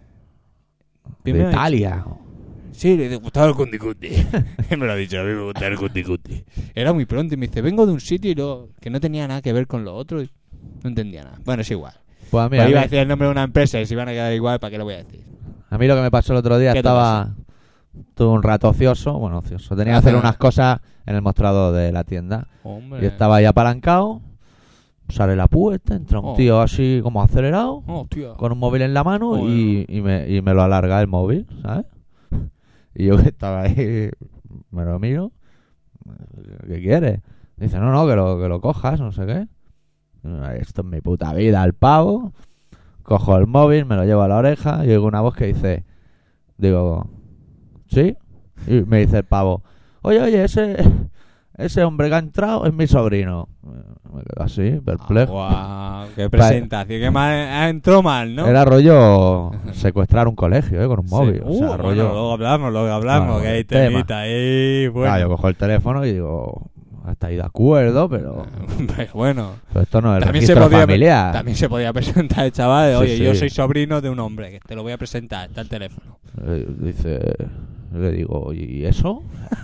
Speaker 2: De
Speaker 1: Primero-
Speaker 2: Italia.
Speaker 1: Sí, le gustaba el cundi
Speaker 4: Cundi cundi. Me lo ha dicho, a mí me gusta el cundi cundi.
Speaker 1: Era muy pronto y me dice, vengo de un sitio y luego, que no tenía nada que ver con lo otro. Y no entendía nada. Bueno, es igual.
Speaker 2: Pues a mí,
Speaker 1: Pero
Speaker 2: a,
Speaker 1: iba a
Speaker 2: mí,
Speaker 1: decir el nombre de una empresa y si iban a quedar igual, ¿para qué lo voy a decir?
Speaker 2: a mí lo que me pasó el otro día
Speaker 1: ¿Qué te
Speaker 2: estaba... Tuve un rato ocioso. Bueno, ocioso. Tenía que hacer unas cosas en el mostrador de la tienda.
Speaker 1: Hombre.
Speaker 2: Y estaba ahí apalancado. Sale la puerta, entra un
Speaker 1: Oh.
Speaker 2: tío así como acelerado.
Speaker 1: Oh, tío.
Speaker 2: Con un móvil en la mano
Speaker 1: Joder.
Speaker 2: y, y, me, y me lo alarga el móvil, ¿sabes? Y yo que estaba ahí, me lo miro. ¿Qué quieres? Dice, no, no, que lo, que lo cojas, no sé qué. Esto es mi puta vida, el pavo. Cojo el móvil, me lo llevo a la oreja y oigo una voz que dice, digo, ¿sí? Y me dice el pavo, oye, oye, ese ese hombre que ha entrado es mi sobrino. Me quedo así, perplejo.
Speaker 1: Guau, qué presentación. Qué mal, entró mal, ¿no?
Speaker 2: Era rollo secuestrar un colegio, ¿eh? Con un móvil.
Speaker 1: Sí.
Speaker 2: O sea,
Speaker 1: Uh,
Speaker 2: rollo...
Speaker 1: bueno, luego hablamos, luego hablamos,
Speaker 2: Bueno,
Speaker 1: que hay
Speaker 2: el tema.
Speaker 1: temita ahí. Bueno.
Speaker 2: Ah, yo cojo el teléfono y digo, hasta ahí de acuerdo, pero,
Speaker 1: Pero bueno,
Speaker 2: pero esto no es el
Speaker 1: también se,
Speaker 2: registro
Speaker 1: podía,
Speaker 2: familiar.
Speaker 1: también se podía presentar el chaval de,
Speaker 2: Sí,
Speaker 1: oye,
Speaker 2: sí.
Speaker 1: yo soy sobrino de un hombre, que te lo voy a presentar, está el teléfono.
Speaker 2: Eh, Dice, le digo, ¿y eso?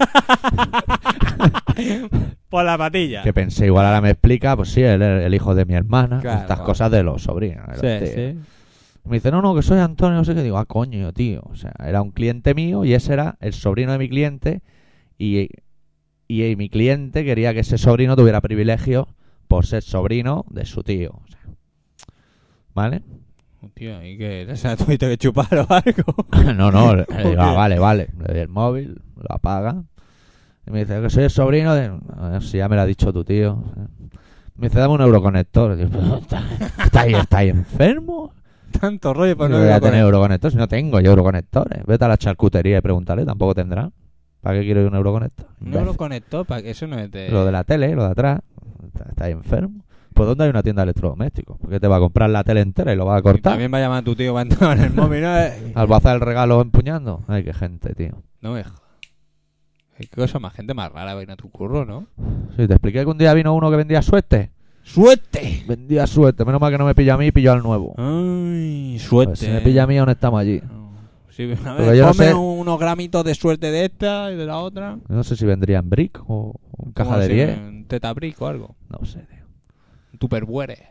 Speaker 1: Por la patilla.
Speaker 2: Que pensé, igual ahora me explica, pues sí, él es el hijo de mi hermana,
Speaker 1: Claro.
Speaker 2: estas cosas de los sobrinos. de los
Speaker 1: Sí,
Speaker 2: tíos.
Speaker 1: sí.
Speaker 2: Me dice, no, no, que soy Antonio, no sé qué. Digo, ah, coño, tío. O sea, era un cliente mío y ese era el sobrino de mi cliente. Y, y, y mi cliente quería que ese sobrino tuviera privilegio por ser sobrino de su tío. O sea, ¿vale?
Speaker 1: Tío, ¿y qué? ¿Se la tuviste que chupar o algo?
Speaker 2: no, no. Le digo, ah, vale, vale. Le doy el móvil, lo apaga. Y me dice, que soy el sobrino de... A ver si ya me lo ha dicho tu tío. Me dice, dame un euroconector. Digo, pero ¿está, está ahí, está ahí enfermo?
Speaker 1: Tanto rollo por
Speaker 2: No
Speaker 1: no
Speaker 2: voy a
Speaker 1: ir con
Speaker 2: tener
Speaker 1: él.
Speaker 2: euroconectores. No tengo yo euroconectores. Vete a la charcutería y pregúntale, tampoco tendrá. ¿Para qué quiero yo un euroconector?
Speaker 1: No lo conectó, para que eso no es de...
Speaker 2: Lo de la tele, lo de atrás. Está, está ahí enfermo. ¿Por dónde hay una tienda de electrodomésticos? ¿Por qué te va a comprar la tele entera y lo va a
Speaker 1: Y
Speaker 2: cortar?
Speaker 1: también va a llamar a tu tío, va a entrar en el móvil, ¿no? Eh,
Speaker 2: ¿Al bazar el regalo empuñando? Ay, qué gente, tío.
Speaker 1: No me jodas. Qué cosa más, gente más rara va a ir a tu curro, ¿no?
Speaker 2: Sí, te expliqué que un día vino uno que vendía suerte.
Speaker 1: ¡Suerte!
Speaker 2: Vendía suerte. Menos mal que no me pilló a mí y pilló al nuevo.
Speaker 1: Ay, suerte.
Speaker 2: Pues si me pilla a mí, aún estamos allí.
Speaker 1: Sí, a
Speaker 2: Porque
Speaker 1: ver,
Speaker 2: yo no
Speaker 1: ponme
Speaker 2: sé-
Speaker 1: unos gramitos de suerte de esta y de la otra.
Speaker 2: No sé si vendría en brick o en caja
Speaker 1: ¿Cómo
Speaker 2: de
Speaker 1: se
Speaker 2: diez.
Speaker 1: llama? ¿Un tetabric o algo?
Speaker 2: No sé, tío.
Speaker 1: Un tupperware.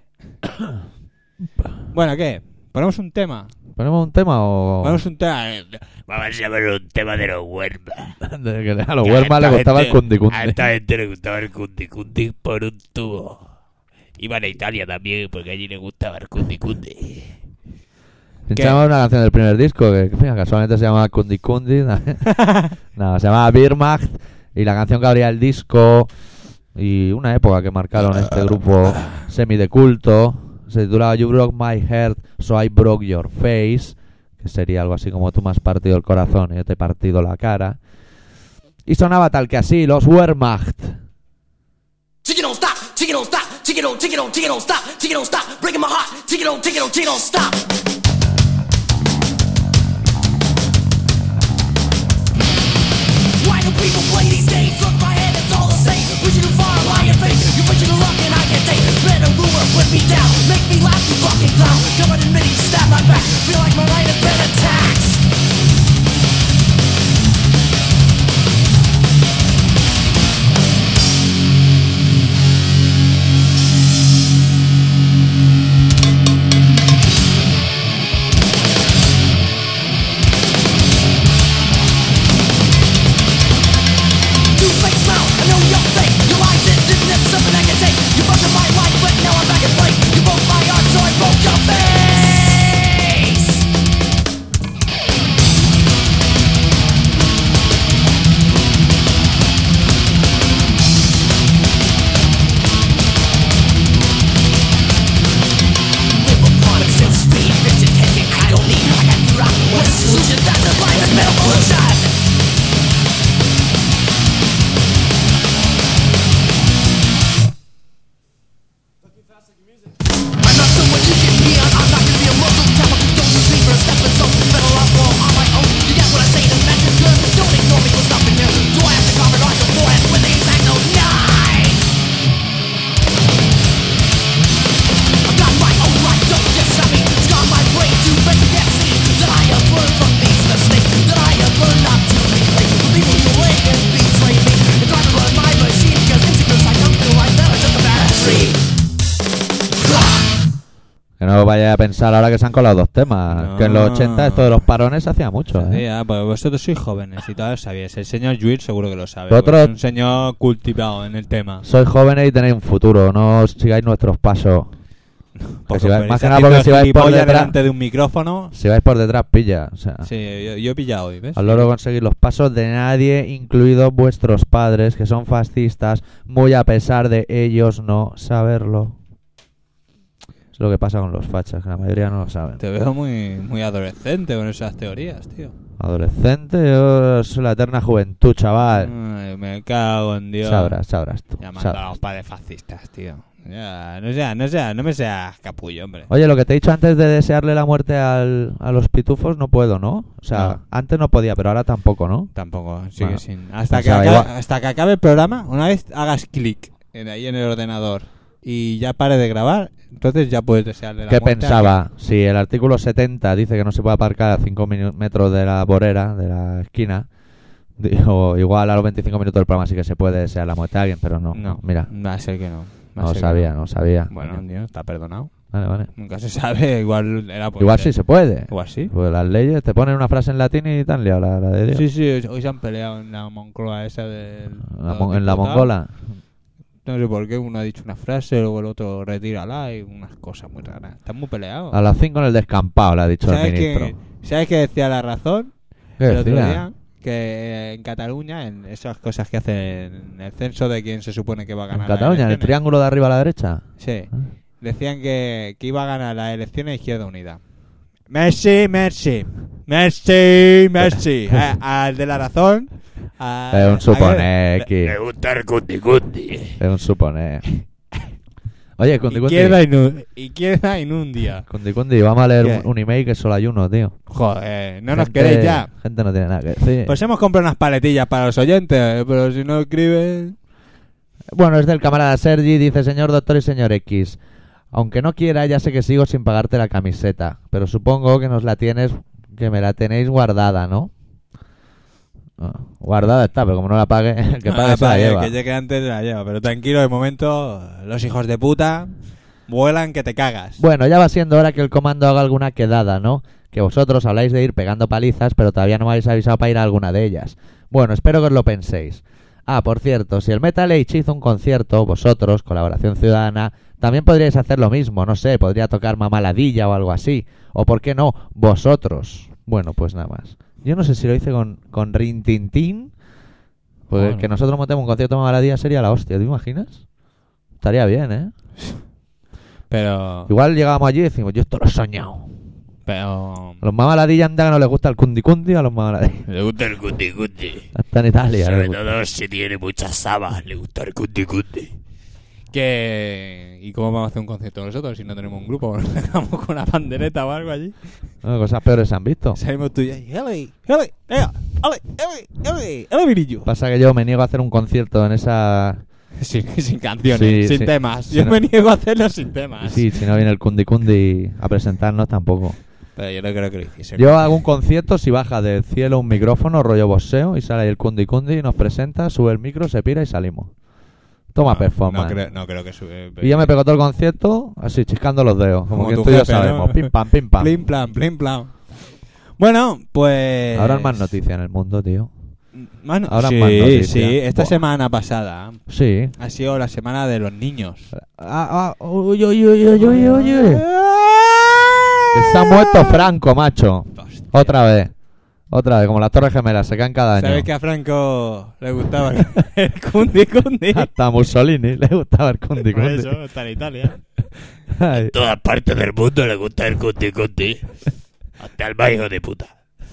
Speaker 1: Bueno, ¿qué? ¿Ponemos un tema?
Speaker 2: ¿Ponemos un tema o...?
Speaker 1: Ponemos un tema.
Speaker 4: Vamos a ver un tema de los huermas.
Speaker 2: De que a los Huermas le gustaba el cundi
Speaker 4: A esta gente le gustaba el cundi cundi por un tubo. Iban a Italia también, porque allí le gustaba el cundi cundi.
Speaker 2: Pinchamos una canción del primer disco que, mira, casualmente se llama Kundi Kundi. No, se llama Wehrmacht. Y la canción que abría el disco y una época que marcaron este grupo semi de culto se titulaba You Broke My Heart, So I Broke Your Face, que sería algo así como tú me has partido el corazón y yo te he partido la cara. Y sonaba tal que así, los Wehrmacht.
Speaker 3: Chicken don't stop, chicken don't stop, chicken don't, chicken don't, chicken don't stop, chicken don't stop, breaking my heart, chicken don't, chicken don't, chicken don't stop. Why do people play these games? Look, my head, it's all the same. Reaching too far, lying face. You're pushing the luck and I can't take it. Spread a rumor, put me down. Make me laugh, you fucking clown. Covered in mini, stab my back. Feel like my life has been attacked. You fake smile, I know you're fake. Your lies is business, something I can take. You busted my life, but now I'm back in place. You broke my heart, so I broke your face. Live upon it, still speed, vision taking. I don't need, I got you rock. What's the solution? That's the line, that's metal pollution. I'm not someone you can be on. I'm not gonna be a Muslim tower. Don't use me for a stepping stone. Better off all on my own. You got what I say, this message good. Don't ignore me, what's up in here? Do I have to cover on the forehead with the exact no nine? I've got my own life, don't just stop me. Scar my brain to make me see that I have learned from these mistakes. That I have learned not to be late. The people who late and betray me. And try to run my machine because insecure I don't feel like that. I took a battery.
Speaker 2: Que no vaya a pensar ahora que se han colado dos temas.
Speaker 1: No.
Speaker 2: Que en los ochenta esto de los parones se hacía mucho,
Speaker 1: Sí,
Speaker 2: ¿eh?
Speaker 1: ah, pues vosotros sois jóvenes y todavía lo sabíais. El señor Juil seguro que lo sabe.
Speaker 2: Vosotros-
Speaker 1: porque es un señor cultivado en el tema.
Speaker 2: Sois jóvenes y tenéis un futuro. No sigáis nuestros pasos.
Speaker 1: Porque
Speaker 2: si vais-
Speaker 1: vais
Speaker 2: más que nada
Speaker 1: haciendo
Speaker 2: porque si vais por
Speaker 1: gilipollas
Speaker 2: detrás-
Speaker 1: delante de un micrófono.
Speaker 2: Si vais por detrás, pilla. O sea,
Speaker 1: Sí, yo, yo he pillado hoy, ¿ves?
Speaker 2: al loro conseguir los pasos de nadie, incluidos vuestros padres, que son fascistas, muy a pesar de ellos no saberlo. Es lo que pasa con los fachas, que la mayoría no lo saben.
Speaker 1: Te veo muy, muy adolescente con esas teorías, tío.
Speaker 2: Adolescente, yo soy la eterna juventud, chaval.
Speaker 1: Ay, me cago en Dios.
Speaker 2: Sabrás, sabrás tú.
Speaker 1: Llamando
Speaker 2: sabrás.
Speaker 1: a los padres fascistas, tío. Ya, no sea, no sea, no me seas capullo, hombre.
Speaker 2: Oye, lo que te he dicho antes de desearle la muerte al, a los pitufos, no puedo, ¿no? O sea,
Speaker 1: No.
Speaker 2: antes no podía, pero ahora tampoco, ¿no?
Speaker 1: Tampoco, sigue
Speaker 2: Bueno,
Speaker 1: sin. Hasta que,
Speaker 2: pensaba
Speaker 1: acabe,
Speaker 2: igual.
Speaker 1: hasta que acabe el programa, una vez hagas clic en ahí en el ordenador y ya pare de grabar, entonces ya puedes desearle la
Speaker 2: ¿Qué
Speaker 1: muerte a
Speaker 2: pensaba? Si el artículo setenta dice que no se puede aparcar a cinco metros de la vorera, de la esquina, digo, igual a los veinticinco minutos del programa sí que se puede desear la muerte a alguien, pero no.
Speaker 1: alguien. No,
Speaker 2: Mira,
Speaker 1: va a ser que no. Va a
Speaker 2: no
Speaker 1: ser que
Speaker 2: sabía, no sabía.
Speaker 1: Bueno, tío, está perdonado.
Speaker 2: Vale, vale.
Speaker 1: Nunca se sabe, igual era por
Speaker 2: Igual sí se puede.
Speaker 1: Igual sí.
Speaker 2: Pues las leyes te ponen una frase en latín y te han liado la, la de Dios.
Speaker 1: Sí, sí, hoy se han peleado en la Moncloa esa del...
Speaker 2: La
Speaker 1: los
Speaker 2: mon- en la
Speaker 1: diputados.
Speaker 2: mongola.
Speaker 1: No sé por qué, uno ha dicho una frase, luego el otro retírala y unas cosas muy raras. Están muy peleados.
Speaker 2: A las cinco en el descampado, le ha dicho el
Speaker 1: ¿Sabes
Speaker 2: ministro.
Speaker 1: qué, ¿Sabes qué decía la razón
Speaker 2: ¿Qué
Speaker 1: el otro
Speaker 2: decía?
Speaker 1: día? Que eh, en Cataluña, en esas cosas que hacen en el censo de quién se supone que va a
Speaker 2: En
Speaker 1: ganar las
Speaker 2: Cataluña, en el
Speaker 1: elecciones.
Speaker 2: triángulo de arriba a la derecha.
Speaker 1: Sí, decían que, que iba a ganar las elecciones Izquierda Unida. Merci, merci. Merci, merci. Eh, al de la razón. a-
Speaker 2: Es un
Speaker 1: a-
Speaker 2: suponer, que
Speaker 4: Le gusta el cundi cundi.
Speaker 2: es un suponer. Oye, Cundi Cundi,
Speaker 1: Izquierda, inu- izquierda Inundia.
Speaker 2: Cundi Cundi, vamos a leer
Speaker 1: ¿Qué?
Speaker 2: un, un email que solo hay uno, tío.
Speaker 1: Joder, no nos
Speaker 2: Gente-
Speaker 1: queréis ya.
Speaker 2: Gente no tiene nada que decir.
Speaker 1: Pues hemos comprado unas paletillas para los oyentes, eh, pero si no escriben...
Speaker 2: Bueno, es del camarada Sergi, dice: señor doctor y señor X, aunque no quiera, ya sé que sigo sin pagarte la camiseta, pero supongo que nos la tienes, que me la tenéis guardada, ¿no? Ah, guardada está, pero como no la pague, el que
Speaker 1: No,
Speaker 2: pague se la
Speaker 1: pague,
Speaker 2: lleva.
Speaker 1: que llegue antes la lleva, pero tranquilo, de momento los hijos de puta vuelan que te cagas.
Speaker 2: Bueno, ya va siendo hora que el comando haga alguna quedada, ¿no? Que vosotros habláis de ir pegando palizas, pero todavía no me habéis avisado para ir a alguna de ellas. Bueno, espero que os lo penséis. Ah, por cierto, si el Metal Age hizo un concierto, vosotros, Colaboración Ciudadana, también podríais hacer lo mismo, no sé, podría tocar Mamaladilla o algo así. O por qué no, vosotros. Bueno, pues nada más. Yo no sé si lo hice con, con Rintintín, pues
Speaker 1: Bueno.
Speaker 2: que nosotros montemos un concierto de Mamaladilla sería la hostia, ¿te imaginas? Estaría bien, ¿eh?
Speaker 1: Pero...
Speaker 2: Igual llegábamos allí y decimos, yo esto lo he soñado.
Speaker 1: Pero...
Speaker 2: A los mamaladillas anda que no les gusta el cundi cundi, a los mamaladillas.
Speaker 4: Le gusta el cundi cundi.
Speaker 2: Hasta en Italia.
Speaker 4: Sobre
Speaker 2: les gusta.
Speaker 4: todo si tiene muchas sabas, le gusta el cundi cundi.
Speaker 1: Que... ¿Y cómo vamos a hacer un concierto nosotros si no tenemos un grupo? ¿Nos dejamos con una pandereta o algo allí?
Speaker 2: No, cosas peores se han visto.
Speaker 1: Salimos tú y yo ahí, ¡Ele! ¡Ele! ¡Ele! ¡Ele! ¡Ele! ¡Ele, virillo!
Speaker 2: Pasa que yo me niego a hacer un concierto en esa...
Speaker 1: Sin, sin canciones,
Speaker 2: Sí,
Speaker 1: sin
Speaker 2: sí.
Speaker 1: temas.
Speaker 2: Si
Speaker 1: Yo
Speaker 2: no-
Speaker 1: me niego a hacerlo sin temas.
Speaker 2: Sí, si no viene el cundi cundi a presentarnos tampoco.
Speaker 1: Pero yo no creo que lo hiciese.
Speaker 2: Yo hago un concierto si baja del cielo un micrófono, rollo boxeo, y sale ahí el cundi cundi y nos presenta, sube el micro, se pira y salimos. Toma
Speaker 1: no,
Speaker 2: performance.
Speaker 1: No creo, no creo que sube.
Speaker 2: Y yo me pego todo el concierto así, chiscando los dedos, como,
Speaker 1: Como
Speaker 2: que
Speaker 1: tu
Speaker 2: tú y yo
Speaker 1: jefe, ¿no?
Speaker 2: sabemos. Pim pam, pim pam.
Speaker 1: Plim plan, plim plan. Bueno, pues.
Speaker 2: Ahora hay más noticias en el mundo, tío.
Speaker 1: Más no-
Speaker 2: Ahora
Speaker 1: sí,
Speaker 2: más noticias.
Speaker 1: sí. Esta
Speaker 2: Buah.
Speaker 1: semana pasada
Speaker 2: Sí.
Speaker 1: ha sido la semana de los niños.
Speaker 2: Ah, ah, uy, uy, uy, uy, uy, uy, uy. Que se ha muerto Franco, macho.
Speaker 1: Hostia.
Speaker 2: Otra vez. Otra vez, como las Torres Gemelas, se caen cada año.
Speaker 1: ¿Sabes que a Franco le gustaba el, el cundi cundi?
Speaker 2: Hasta a Mussolini le gustaba el cundi
Speaker 1: Por
Speaker 2: cundi.
Speaker 1: eso está en Italia.
Speaker 2: Ay.
Speaker 4: En todas partes del mundo le gusta el cundi cundi. Hasta el más hijo de puta.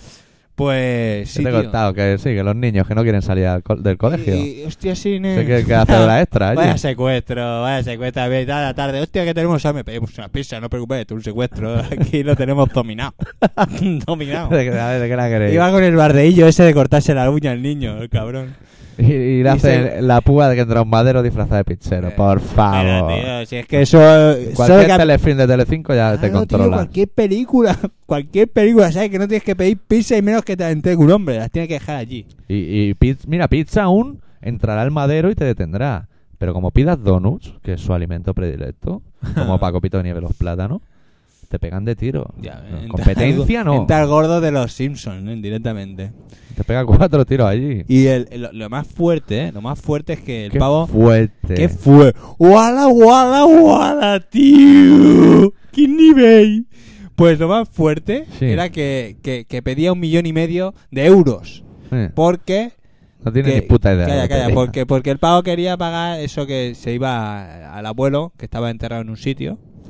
Speaker 1: Pues
Speaker 2: ¿Qué
Speaker 1: sí,
Speaker 2: te he
Speaker 1: tío.
Speaker 2: contado? Que sí, que los niños que no quieren salir al co- del colegio.
Speaker 1: Y, hostia, sí, ne.
Speaker 2: Sé que, que hace hora extra.
Speaker 1: Vaya
Speaker 2: allí.
Speaker 1: secuestro, vaya secuestro. A mitad de la tarde, hostia, que tenemos hambre. Pedimos una pizza, no preocupes, esto es un secuestro. Aquí lo tenemos dominado. dominado.
Speaker 2: ¿De, qué- a ver, ¿de qué la queréis?
Speaker 1: Iba con el bardeillo ese de cortarse la uña al niño, el cabrón.
Speaker 2: Y, y le
Speaker 1: y
Speaker 2: hace
Speaker 1: se-
Speaker 2: la púa de que entra un madero disfrazado de pizzero.
Speaker 1: Eh,
Speaker 2: Por
Speaker 1: Pero,
Speaker 2: favor.
Speaker 1: tío, si es que eso.
Speaker 2: Cualquier
Speaker 1: eso que-
Speaker 2: telefilm de Telecinco ya te
Speaker 1: Claro, tío,
Speaker 2: controla.
Speaker 1: cualquier película, cualquier película, ¿sabes? Que no tienes que pedir pizza y menos que te la entregue un hombre, las tienes que dejar allí.
Speaker 2: Y, y piz- mira, pizza aún entrará al madero y te detendrá. Pero como pidas donuts, que es su alimento predilecto, como Paco Pito de Nieve los plátanos, te pegan de tiro.
Speaker 1: Ya,
Speaker 2: No,
Speaker 1: entra-
Speaker 2: competencia no.
Speaker 1: Entra el gordo de los Simpsons, ¿no? Indirectamente.
Speaker 2: Te pega cuatro tiros allí.
Speaker 1: Y el, el- lo, lo más fuerte, ¿eh? Lo más fuerte es que el
Speaker 2: Qué
Speaker 1: pavo...
Speaker 2: fuerte.
Speaker 1: ¿Qué fue? ¡Wala, wala, wala, tío! ¡Qué nivel! Pues lo más fuerte
Speaker 2: Sí.
Speaker 1: era que, que, que pedía un millón y medio de euros.
Speaker 2: Eh,
Speaker 1: Porque...
Speaker 2: no tiene
Speaker 1: que-
Speaker 2: ni puta idea. de
Speaker 1: Calla,
Speaker 2: lo que
Speaker 1: calla,
Speaker 2: diga.
Speaker 1: porque, porque el pavo quería pagar eso que se iba al abuelo, que estaba enterrado en un sitio.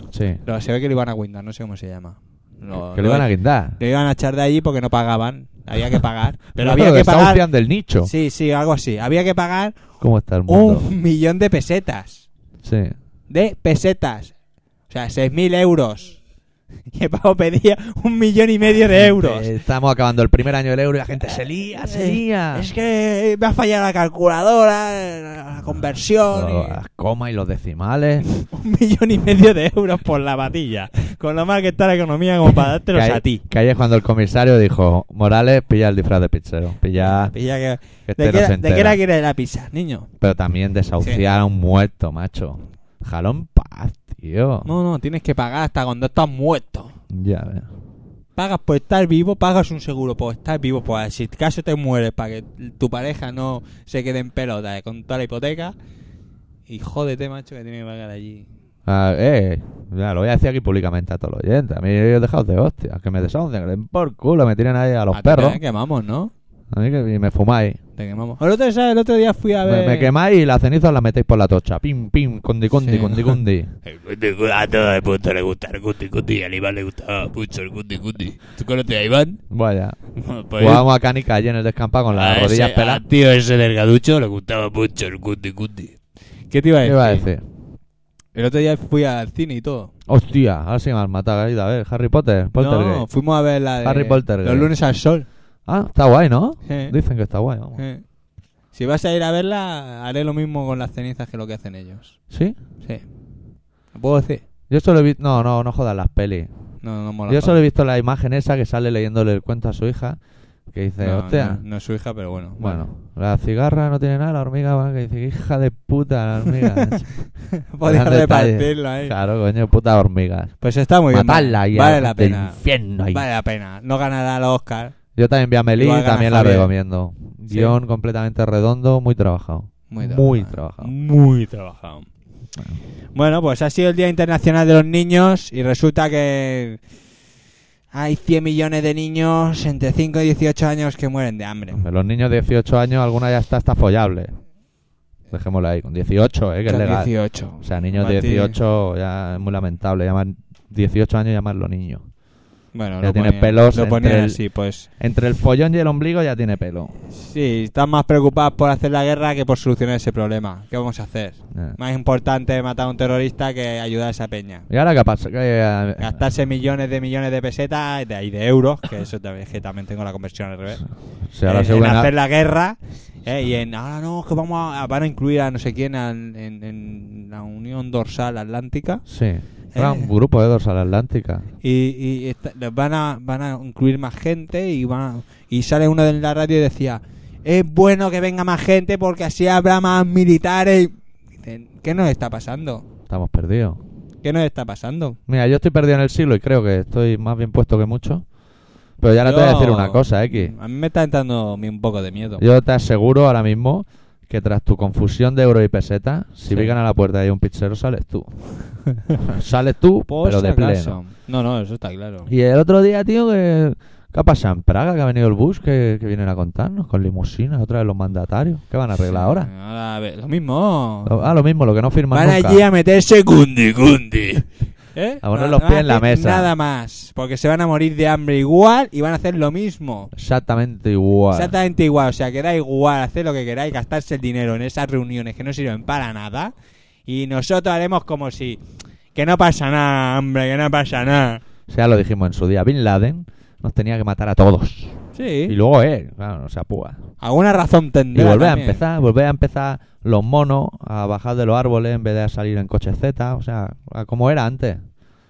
Speaker 2: Sí.
Speaker 1: Lo, se ve que lo iban a guindar, no sé cómo se llama. Lo,
Speaker 2: Que le iban a guindar.
Speaker 1: le iban a echar de allí porque no pagaban. Había que pagar. Pero
Speaker 2: No,
Speaker 1: había que pagar.
Speaker 2: desahucian del nicho.
Speaker 1: Sí, sí, algo así. Había que pagar
Speaker 2: ¿Cómo está el mundo?
Speaker 1: un millón de pesetas.
Speaker 2: Sí.
Speaker 1: De pesetas. O sea, seis mil euros. Y el pavo pedía un millón y medio de euros.
Speaker 2: Eh, Estamos acabando el primer año del euro y la gente se lía, se lía.
Speaker 1: Es que me ha fallado la calculadora, la conversión.
Speaker 2: Todo,
Speaker 1: y-
Speaker 2: las comas y los decimales.
Speaker 1: Un millón y medio de euros por la patilla. Con lo mal que está la economía como para dártelos
Speaker 2: que,
Speaker 1: a
Speaker 2: ahí,
Speaker 1: ti.
Speaker 2: que ahí es cuando el comisario dijo: Morales, pilla el disfraz de pizzero. Pilla.
Speaker 1: Pilla que-
Speaker 2: que este
Speaker 1: ¿De,
Speaker 2: no
Speaker 1: qué,
Speaker 2: se
Speaker 1: ¿De qué
Speaker 2: entera.
Speaker 1: la quieres la pizza, niño?
Speaker 2: Pero también desahuciar a un muerto, macho. Jalo en paz, tío.
Speaker 1: No, no, tienes que pagar hasta cuando estás muerto.
Speaker 2: Ya ves.
Speaker 1: Pagas por estar vivo, pagas un seguro por estar vivo. Pues si caso te mueres para que tu pareja no se quede en pelota con toda la hipoteca. Y jódete, macho, que tienes que pagar allí.
Speaker 2: Ah, eh, ya lo voy a decir aquí públicamente a todos los oyentes. A mí he dejado de hostia. Que me desahucien, que le den por culo, me tiren ahí a los
Speaker 1: A ti
Speaker 2: perros.
Speaker 1: te quemamos, ¿no?
Speaker 2: A mí que y me fumáis.
Speaker 1: Te quemamos. El otro, ¿sabes? El otro día fui a
Speaker 2: Me,
Speaker 1: ver...
Speaker 2: me quemáis y las cenizas las metéis por la tocha. Pim, pim, cundi, cundi,
Speaker 1: Sí,
Speaker 2: cundi,
Speaker 1: ¿no?
Speaker 2: cundi.
Speaker 4: El cundi, cundi, a todo el mundo le gusta el cundi cundi y a Iván le gustaba mucho el cundi cundi. ¿Tú conoces a Iván?
Speaker 2: Vaya.
Speaker 4: Pues
Speaker 2: Jugábamos a canica allí en el descampado con las
Speaker 4: a
Speaker 2: rodillas
Speaker 4: ese-
Speaker 2: peladas.
Speaker 4: al tío ese delgaducho le gustaba mucho el cundi cundi.
Speaker 1: ¿Qué te iba a
Speaker 2: ¿Qué
Speaker 1: decir?
Speaker 2: iba a decir?
Speaker 1: El otro día fui al cine y todo.
Speaker 2: Hostia, ahora sí me has matado, Garida. A ver, Harry Potter, Poltergeist.
Speaker 1: No, fuimos a ver la de
Speaker 2: Harry Poltergeist.
Speaker 1: Los lunes al sol.
Speaker 2: Ah, está guay, ¿no?
Speaker 1: Eh,
Speaker 2: Dicen que está guay, vamos.
Speaker 1: eh. Si vas a ir a verla, haré lo mismo con las cenizas que lo que hacen ellos.
Speaker 2: ¿Sí?
Speaker 1: Sí. ¿Lo puedo decir?
Speaker 2: Yo solo he visto... No, no, no jodas las pelis.
Speaker 1: No, no mola.
Speaker 2: Yo solo he visto la imagen esa que sale leyéndole el cuento a su hija. Que dice,
Speaker 1: no,
Speaker 2: hostia...
Speaker 1: no, no es su hija, pero bueno.
Speaker 2: Bueno, la cigarra no tiene nada, la hormiga, va, que dice, hija de puta, la hormiga.
Speaker 1: Podías
Speaker 2: Gran detalle.
Speaker 1: repartirlo ahí.
Speaker 2: Claro, coño, puta hormigas.
Speaker 1: Pues está muy bien.
Speaker 2: Matarla
Speaker 1: vale,
Speaker 2: y
Speaker 1: vale
Speaker 2: al-
Speaker 1: la
Speaker 2: del
Speaker 1: pena.
Speaker 2: infierno ahí.
Speaker 1: Vale la pena. No ganará el Oscar.
Speaker 2: Yo también vi a Meli
Speaker 1: Igual
Speaker 2: y
Speaker 1: gana
Speaker 2: también la
Speaker 1: Javier.
Speaker 2: recomiendo.
Speaker 1: Sí.
Speaker 2: Guión completamente redondo, muy trabajado.
Speaker 1: Muy
Speaker 2: Muy
Speaker 1: trabajado.
Speaker 2: trabajado.
Speaker 1: Muy trabajado. Bueno, pues ha sido el Día Internacional de los Niños y resulta que hay cien millones de niños entre cinco y dieciocho años que mueren de hambre.
Speaker 2: De los niños de dieciocho años, alguna ya está, está follable. Dejémoslo ahí, con dieciocho, eh, que es
Speaker 1: Con
Speaker 2: legal.
Speaker 1: dieciocho.
Speaker 2: O sea, niños de
Speaker 1: Para ti-
Speaker 2: dieciocho ya es muy lamentable. Llamar dieciocho años llamarlo niño.
Speaker 1: Bueno,
Speaker 2: ya
Speaker 1: lo
Speaker 2: tiene
Speaker 1: ponían-
Speaker 2: pelos
Speaker 1: Lo
Speaker 2: entre
Speaker 1: ponían
Speaker 2: el-
Speaker 1: así, pues.
Speaker 2: Entre el follón y el ombligo ya tiene pelo.
Speaker 1: Sí, están más preocupados por hacer la guerra que por solucionar ese problema. ¿Qué vamos a hacer?
Speaker 2: Eh.
Speaker 1: Más importante matar a un terrorista que ayudar a esa peña.
Speaker 2: ¿Y ahora qué pasa? Que, eh,
Speaker 1: Gastarse millones de millones de pesetas de, y de euros, que eso también, que también tengo la conversión al revés.
Speaker 2: si ahora
Speaker 1: en,
Speaker 2: se
Speaker 1: en
Speaker 2: unen a-
Speaker 1: hacer la guerra eh, y en ahora no, que vamos a, van a incluir a no sé quién al- en, en la Unión Dorsal Atlántica
Speaker 2: Sí. Era un grupo de dorsal atlántica.
Speaker 1: y, y esta- les van a van a incluir más gente y van a- y sale uno de la radio y decía es bueno que venga más gente porque así habrá más militares. Dicen, ¿qué nos está pasando?
Speaker 2: Estamos perdidos.
Speaker 1: ¿Qué nos está pasando?
Speaker 2: Mira, yo estoy perdido en el siglo y creo que estoy más bien puesto que mucho. Pero ya ahora te voy a
Speaker 1: Yo-
Speaker 2: decir una cosa, X.
Speaker 1: A mí me está entrando a mí un poco de miedo.
Speaker 2: Yo te aseguro ahora mismo que tras tu confusión de euro y peseta, si
Speaker 1: Sí.
Speaker 2: pican a la puerta y hay un pizzero, sales tú. sales tú,
Speaker 1: Por
Speaker 2: pero
Speaker 1: si
Speaker 2: de
Speaker 1: acaso.
Speaker 2: pleno.
Speaker 1: No, no, eso está claro.
Speaker 2: Y el otro día, tío, que... ¿Qué ha pasado en Praga? Que ha venido el bus que, que vienen a contarnos con limusinas, otra vez los mandatarios. ¿Qué van a arreglar
Speaker 1: Sí,
Speaker 2: ahora?
Speaker 1: ahora, a ver, lo mismo.
Speaker 2: Lo- Ah, lo mismo, lo que no firman
Speaker 1: Van
Speaker 2: nunca.
Speaker 1: allí a meterse
Speaker 4: Cundi cundi.
Speaker 1: ¿Eh?
Speaker 2: A poner
Speaker 1: No-
Speaker 2: los
Speaker 1: no
Speaker 2: pies en la
Speaker 1: hacen
Speaker 2: mesa.
Speaker 1: Nada más. Porque se van a morir de hambre igual y van a hacer lo mismo.
Speaker 2: Exactamente igual.
Speaker 1: Exactamente igual. O sea, que da igual hacer lo que queráis, gastarse el dinero en esas reuniones que no sirven para nada. Y nosotros haremos como si... Que no pasa nada, hombre, que no pasa nada.
Speaker 2: O sea, lo dijimos en su día. Bin Laden nos tenía que matar a todos.
Speaker 1: Sí.
Speaker 2: Y luego él, claro, no se apúa.
Speaker 1: Alguna razón
Speaker 2: Y
Speaker 1: tendrá
Speaker 2: volver a
Speaker 1: también.
Speaker 2: empezar, volver a empezar los monos a bajar de los árboles en vez de a salir en coche Z. O sea, a como era antes.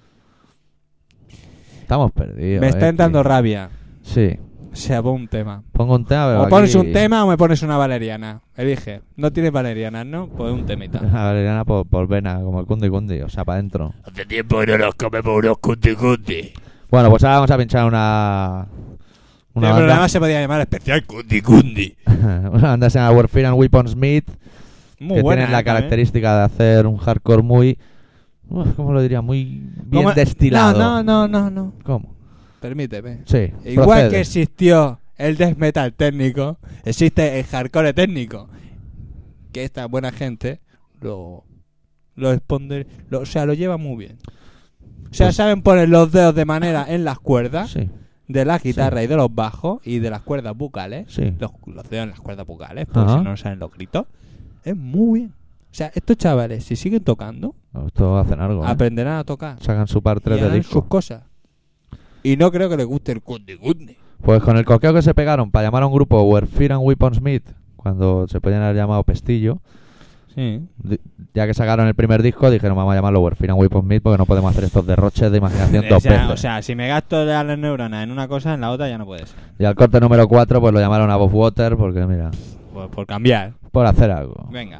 Speaker 2: Estamos perdidos.
Speaker 1: Me está
Speaker 2: eh,
Speaker 1: entrando
Speaker 2: que-
Speaker 1: rabia.
Speaker 2: Sí.
Speaker 1: O sea, pon un tema.
Speaker 2: Pongo un tema. pero
Speaker 1: O pones
Speaker 2: aquí-
Speaker 1: un tema o me pones una valeriana. Elige. No tienes valerianas, ¿no? Pues un temita.
Speaker 2: La valeriana por, por vena, como el cundi cundi, o sea, para adentro.
Speaker 4: Hace tiempo que no nos comemos unos cundi cundi.
Speaker 2: Bueno, pues ahora vamos a pinchar una. Una
Speaker 1: El
Speaker 2: banda,
Speaker 1: programa se podía llamar especial.
Speaker 4: Cundi cundi.
Speaker 2: una banda que se llama Warfare and Weaponsmith,
Speaker 1: Muy
Speaker 2: que
Speaker 1: buena.
Speaker 2: tienen la
Speaker 1: esta, ¿eh?
Speaker 2: característica de hacer un hardcore muy. Uf, ¿Cómo lo diría? Muy bien
Speaker 1: ¿Cómo?
Speaker 2: destilado.
Speaker 1: No, no, no, no, no.
Speaker 2: ¿Cómo?
Speaker 1: Permíteme.
Speaker 2: Sí.
Speaker 1: Igual
Speaker 2: procede.
Speaker 1: que existió el death metal técnico, existe el hardcore técnico. Que esta buena gente lo lo responde, lo, o sea, lo lleva muy bien. O sea,
Speaker 2: Pues-
Speaker 1: saben poner los dedos de manera en las cuerdas
Speaker 2: Sí,
Speaker 1: de la guitarra y de los bajos y de las cuerdas vocales.
Speaker 2: sí.
Speaker 1: Los, los dedos en las cuerdas vocales, porque
Speaker 2: Ajá.
Speaker 1: si no, no salen los gritos. Es muy bien. O sea, estos chavales, si siguen tocando,
Speaker 2: Esto hacen algo, ¿eh?
Speaker 1: aprenderán a tocar.
Speaker 2: Sacan su par tres
Speaker 1: y
Speaker 2: de
Speaker 1: harán
Speaker 2: disco.
Speaker 1: sus cosas. Y no creo que les guste el cundi cundi.
Speaker 2: Pues con el coqueo que se pegaron para llamar a un grupo Where Fear and Weapons Meet, cuando se podían haber llamado Pestillo,
Speaker 1: Sí.
Speaker 2: di- ya que sacaron el primer disco, dijeron vamos a llamarlo Where Fear and Weapons Meet porque no podemos hacer estos derroches de imaginación
Speaker 1: O
Speaker 2: dos
Speaker 1: sea,
Speaker 2: veces.
Speaker 1: o sea, si me gasto las neuronas en una cosa, en la otra ya no puede ser.
Speaker 2: Y al corte número cuatro pues lo llamaron Above Water porque mira,
Speaker 1: Por, por cambiar.
Speaker 2: por hacer algo.
Speaker 1: Venga.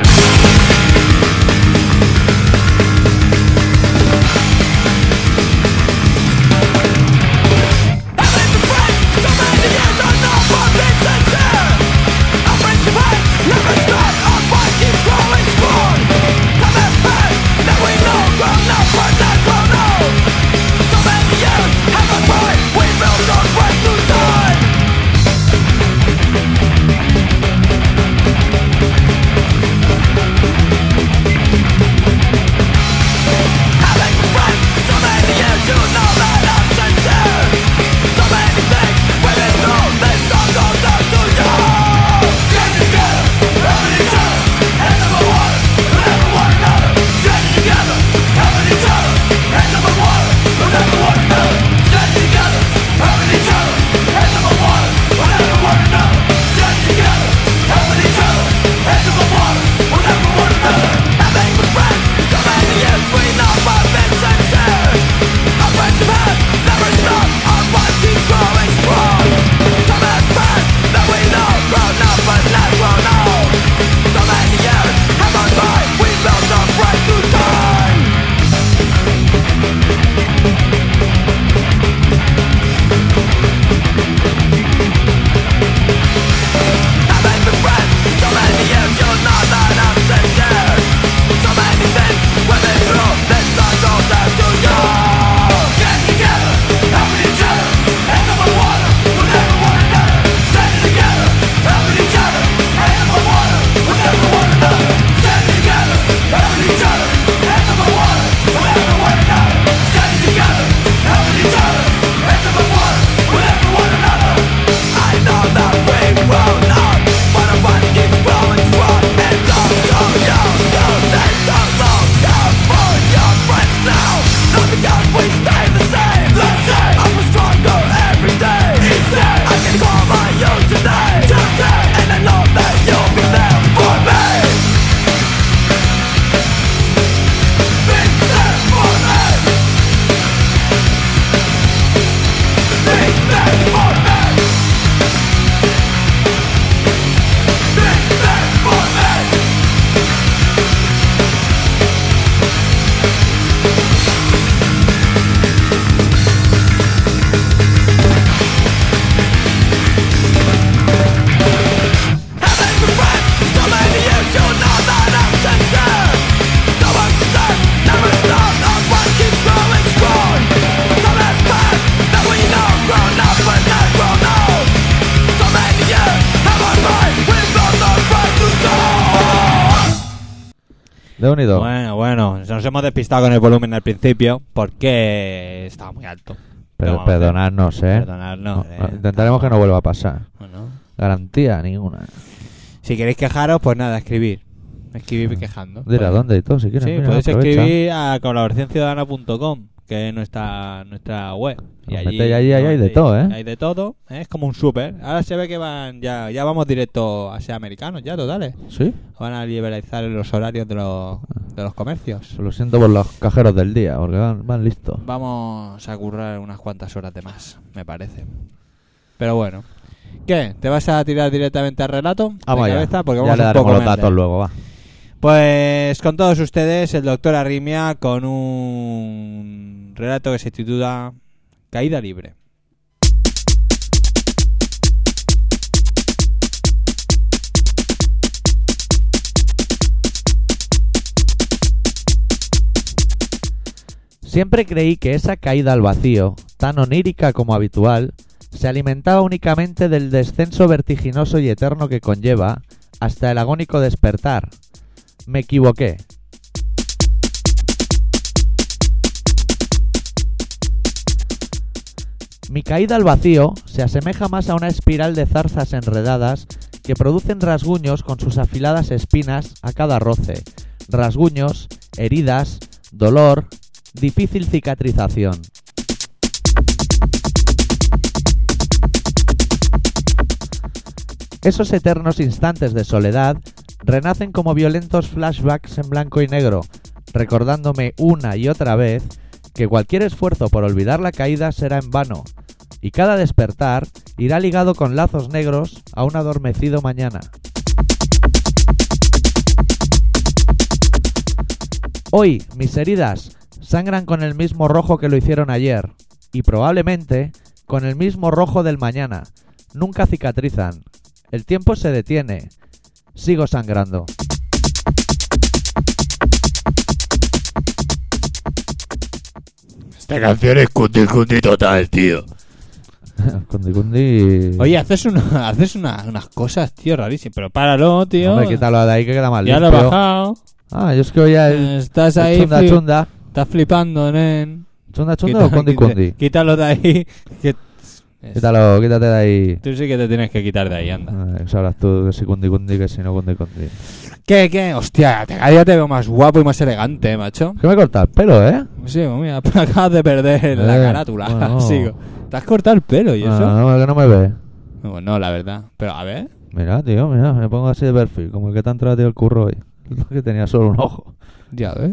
Speaker 2: De unido.
Speaker 1: Bueno, bueno, nos hemos despistado con el volumen al principio porque estaba muy alto.
Speaker 2: Pero
Speaker 1: Vamos a hacer.
Speaker 2: perdonadnos, ¿eh?
Speaker 1: Perdonadnos,
Speaker 2: No,
Speaker 1: eh.
Speaker 2: no, intentaremos que no vuelva a pasar.
Speaker 1: Bueno,
Speaker 2: Garantía ninguna.
Speaker 1: si queréis quejaros, pues nada, escribir. Escribir quejando.
Speaker 2: Dile a
Speaker 1: Pues-
Speaker 2: dónde y todo, si quieres.
Speaker 1: Sí,
Speaker 2: mira,
Speaker 1: podéis
Speaker 2: aprovecha.
Speaker 1: escribir a colaboración ciudadana punto com, que es nuestra nuestra web.
Speaker 2: Os metéis allí, ahí hay de todo, ¿eh?
Speaker 1: Hay de todo, ¿eh? Es como un súper. Ahora se ve que van ya ya vamos directo a ser americanos, ya, totales.
Speaker 2: ¿Sí?
Speaker 1: Van a liberalizar los horarios de los, de los comercios.
Speaker 2: Lo siento por los cajeros del día, porque van, van listos.
Speaker 1: Vamos a currar unas cuantas horas de más, me parece. Pero bueno. ¿Qué? ¿Te vas a tirar directamente al relato? de
Speaker 2: Vamos allá.
Speaker 1: cabeza? Porque
Speaker 2: Ya
Speaker 1: vamos
Speaker 2: le
Speaker 1: un
Speaker 2: daremos
Speaker 1: poco
Speaker 2: los
Speaker 1: mender.
Speaker 2: datos luego, va.
Speaker 1: Pues con todos ustedes, el doctor Arritmia con un relato que se titula Caída libre.
Speaker 2: Siempre creí que esa caída al vacío, tan onírica como habitual, se alimentaba únicamente del descenso vertiginoso y eterno que conlleva hasta el agónico despertar. Me equivoqué. Mi caída al vacío se asemeja más a una espiral de zarzas enredadas que producen rasguños con sus afiladas espinas a cada roce. Rasguños, heridas, dolor, difícil cicatrización. Esos eternos instantes de soledad renacen como violentos flashbacks en blanco y negro, recordándome una y otra vez que cualquier esfuerzo por olvidar la caída será en vano, y cada despertar irá ligado con lazos negros a un adormecido mañana. Hoy mis heridas sangran con el mismo rojo que lo hicieron ayer, y probablemente con el mismo rojo del mañana. Nunca cicatrizan. El tiempo se detiene. Sigo sangrando.
Speaker 4: Esta canción es cundi cundi total, tío.
Speaker 2: Cundi cundi.
Speaker 1: Oye, haces, una, haces una, unas cosas, tío, rarísimas. Pero páralo, tío.
Speaker 2: Hombre, quítalo de ahí que queda mal
Speaker 1: Ya lo
Speaker 2: limpio.
Speaker 1: he bajado.
Speaker 2: Ah, yo es que oía el,
Speaker 1: Estás
Speaker 2: el
Speaker 1: ahí.
Speaker 2: chunda
Speaker 1: flip-
Speaker 2: chunda.
Speaker 1: Estás flipando, nen.
Speaker 2: Chunda chunda
Speaker 1: Quita-
Speaker 2: o cundi
Speaker 1: quita-
Speaker 2: cundi.
Speaker 1: Quítalo de ahí. Que...
Speaker 2: Quítalo, quítate de ahí.
Speaker 1: Tú sí que te tienes que quitar de ahí, anda.
Speaker 2: Ay, sabrás tú que si cundi cundi que si no cundi cundi.
Speaker 1: ¿Qué, qué? Hostia, te- cada día te veo más guapo y más elegante, eh, macho.
Speaker 2: Que me corta el pelo, ¿eh?
Speaker 1: Sí, mira, acabas de perder la
Speaker 2: Eh,
Speaker 1: carátula.
Speaker 2: bueno.
Speaker 1: Sigo. Te has cortado el pelo y eso.
Speaker 2: No, no, que no me ve.
Speaker 1: No, no, la verdad. Pero a ver.
Speaker 2: Mira, tío, mira, me pongo así de perfil, como el que te ha entrado tío el curro hoy. Que tenía solo un ojo.
Speaker 1: Ya ves.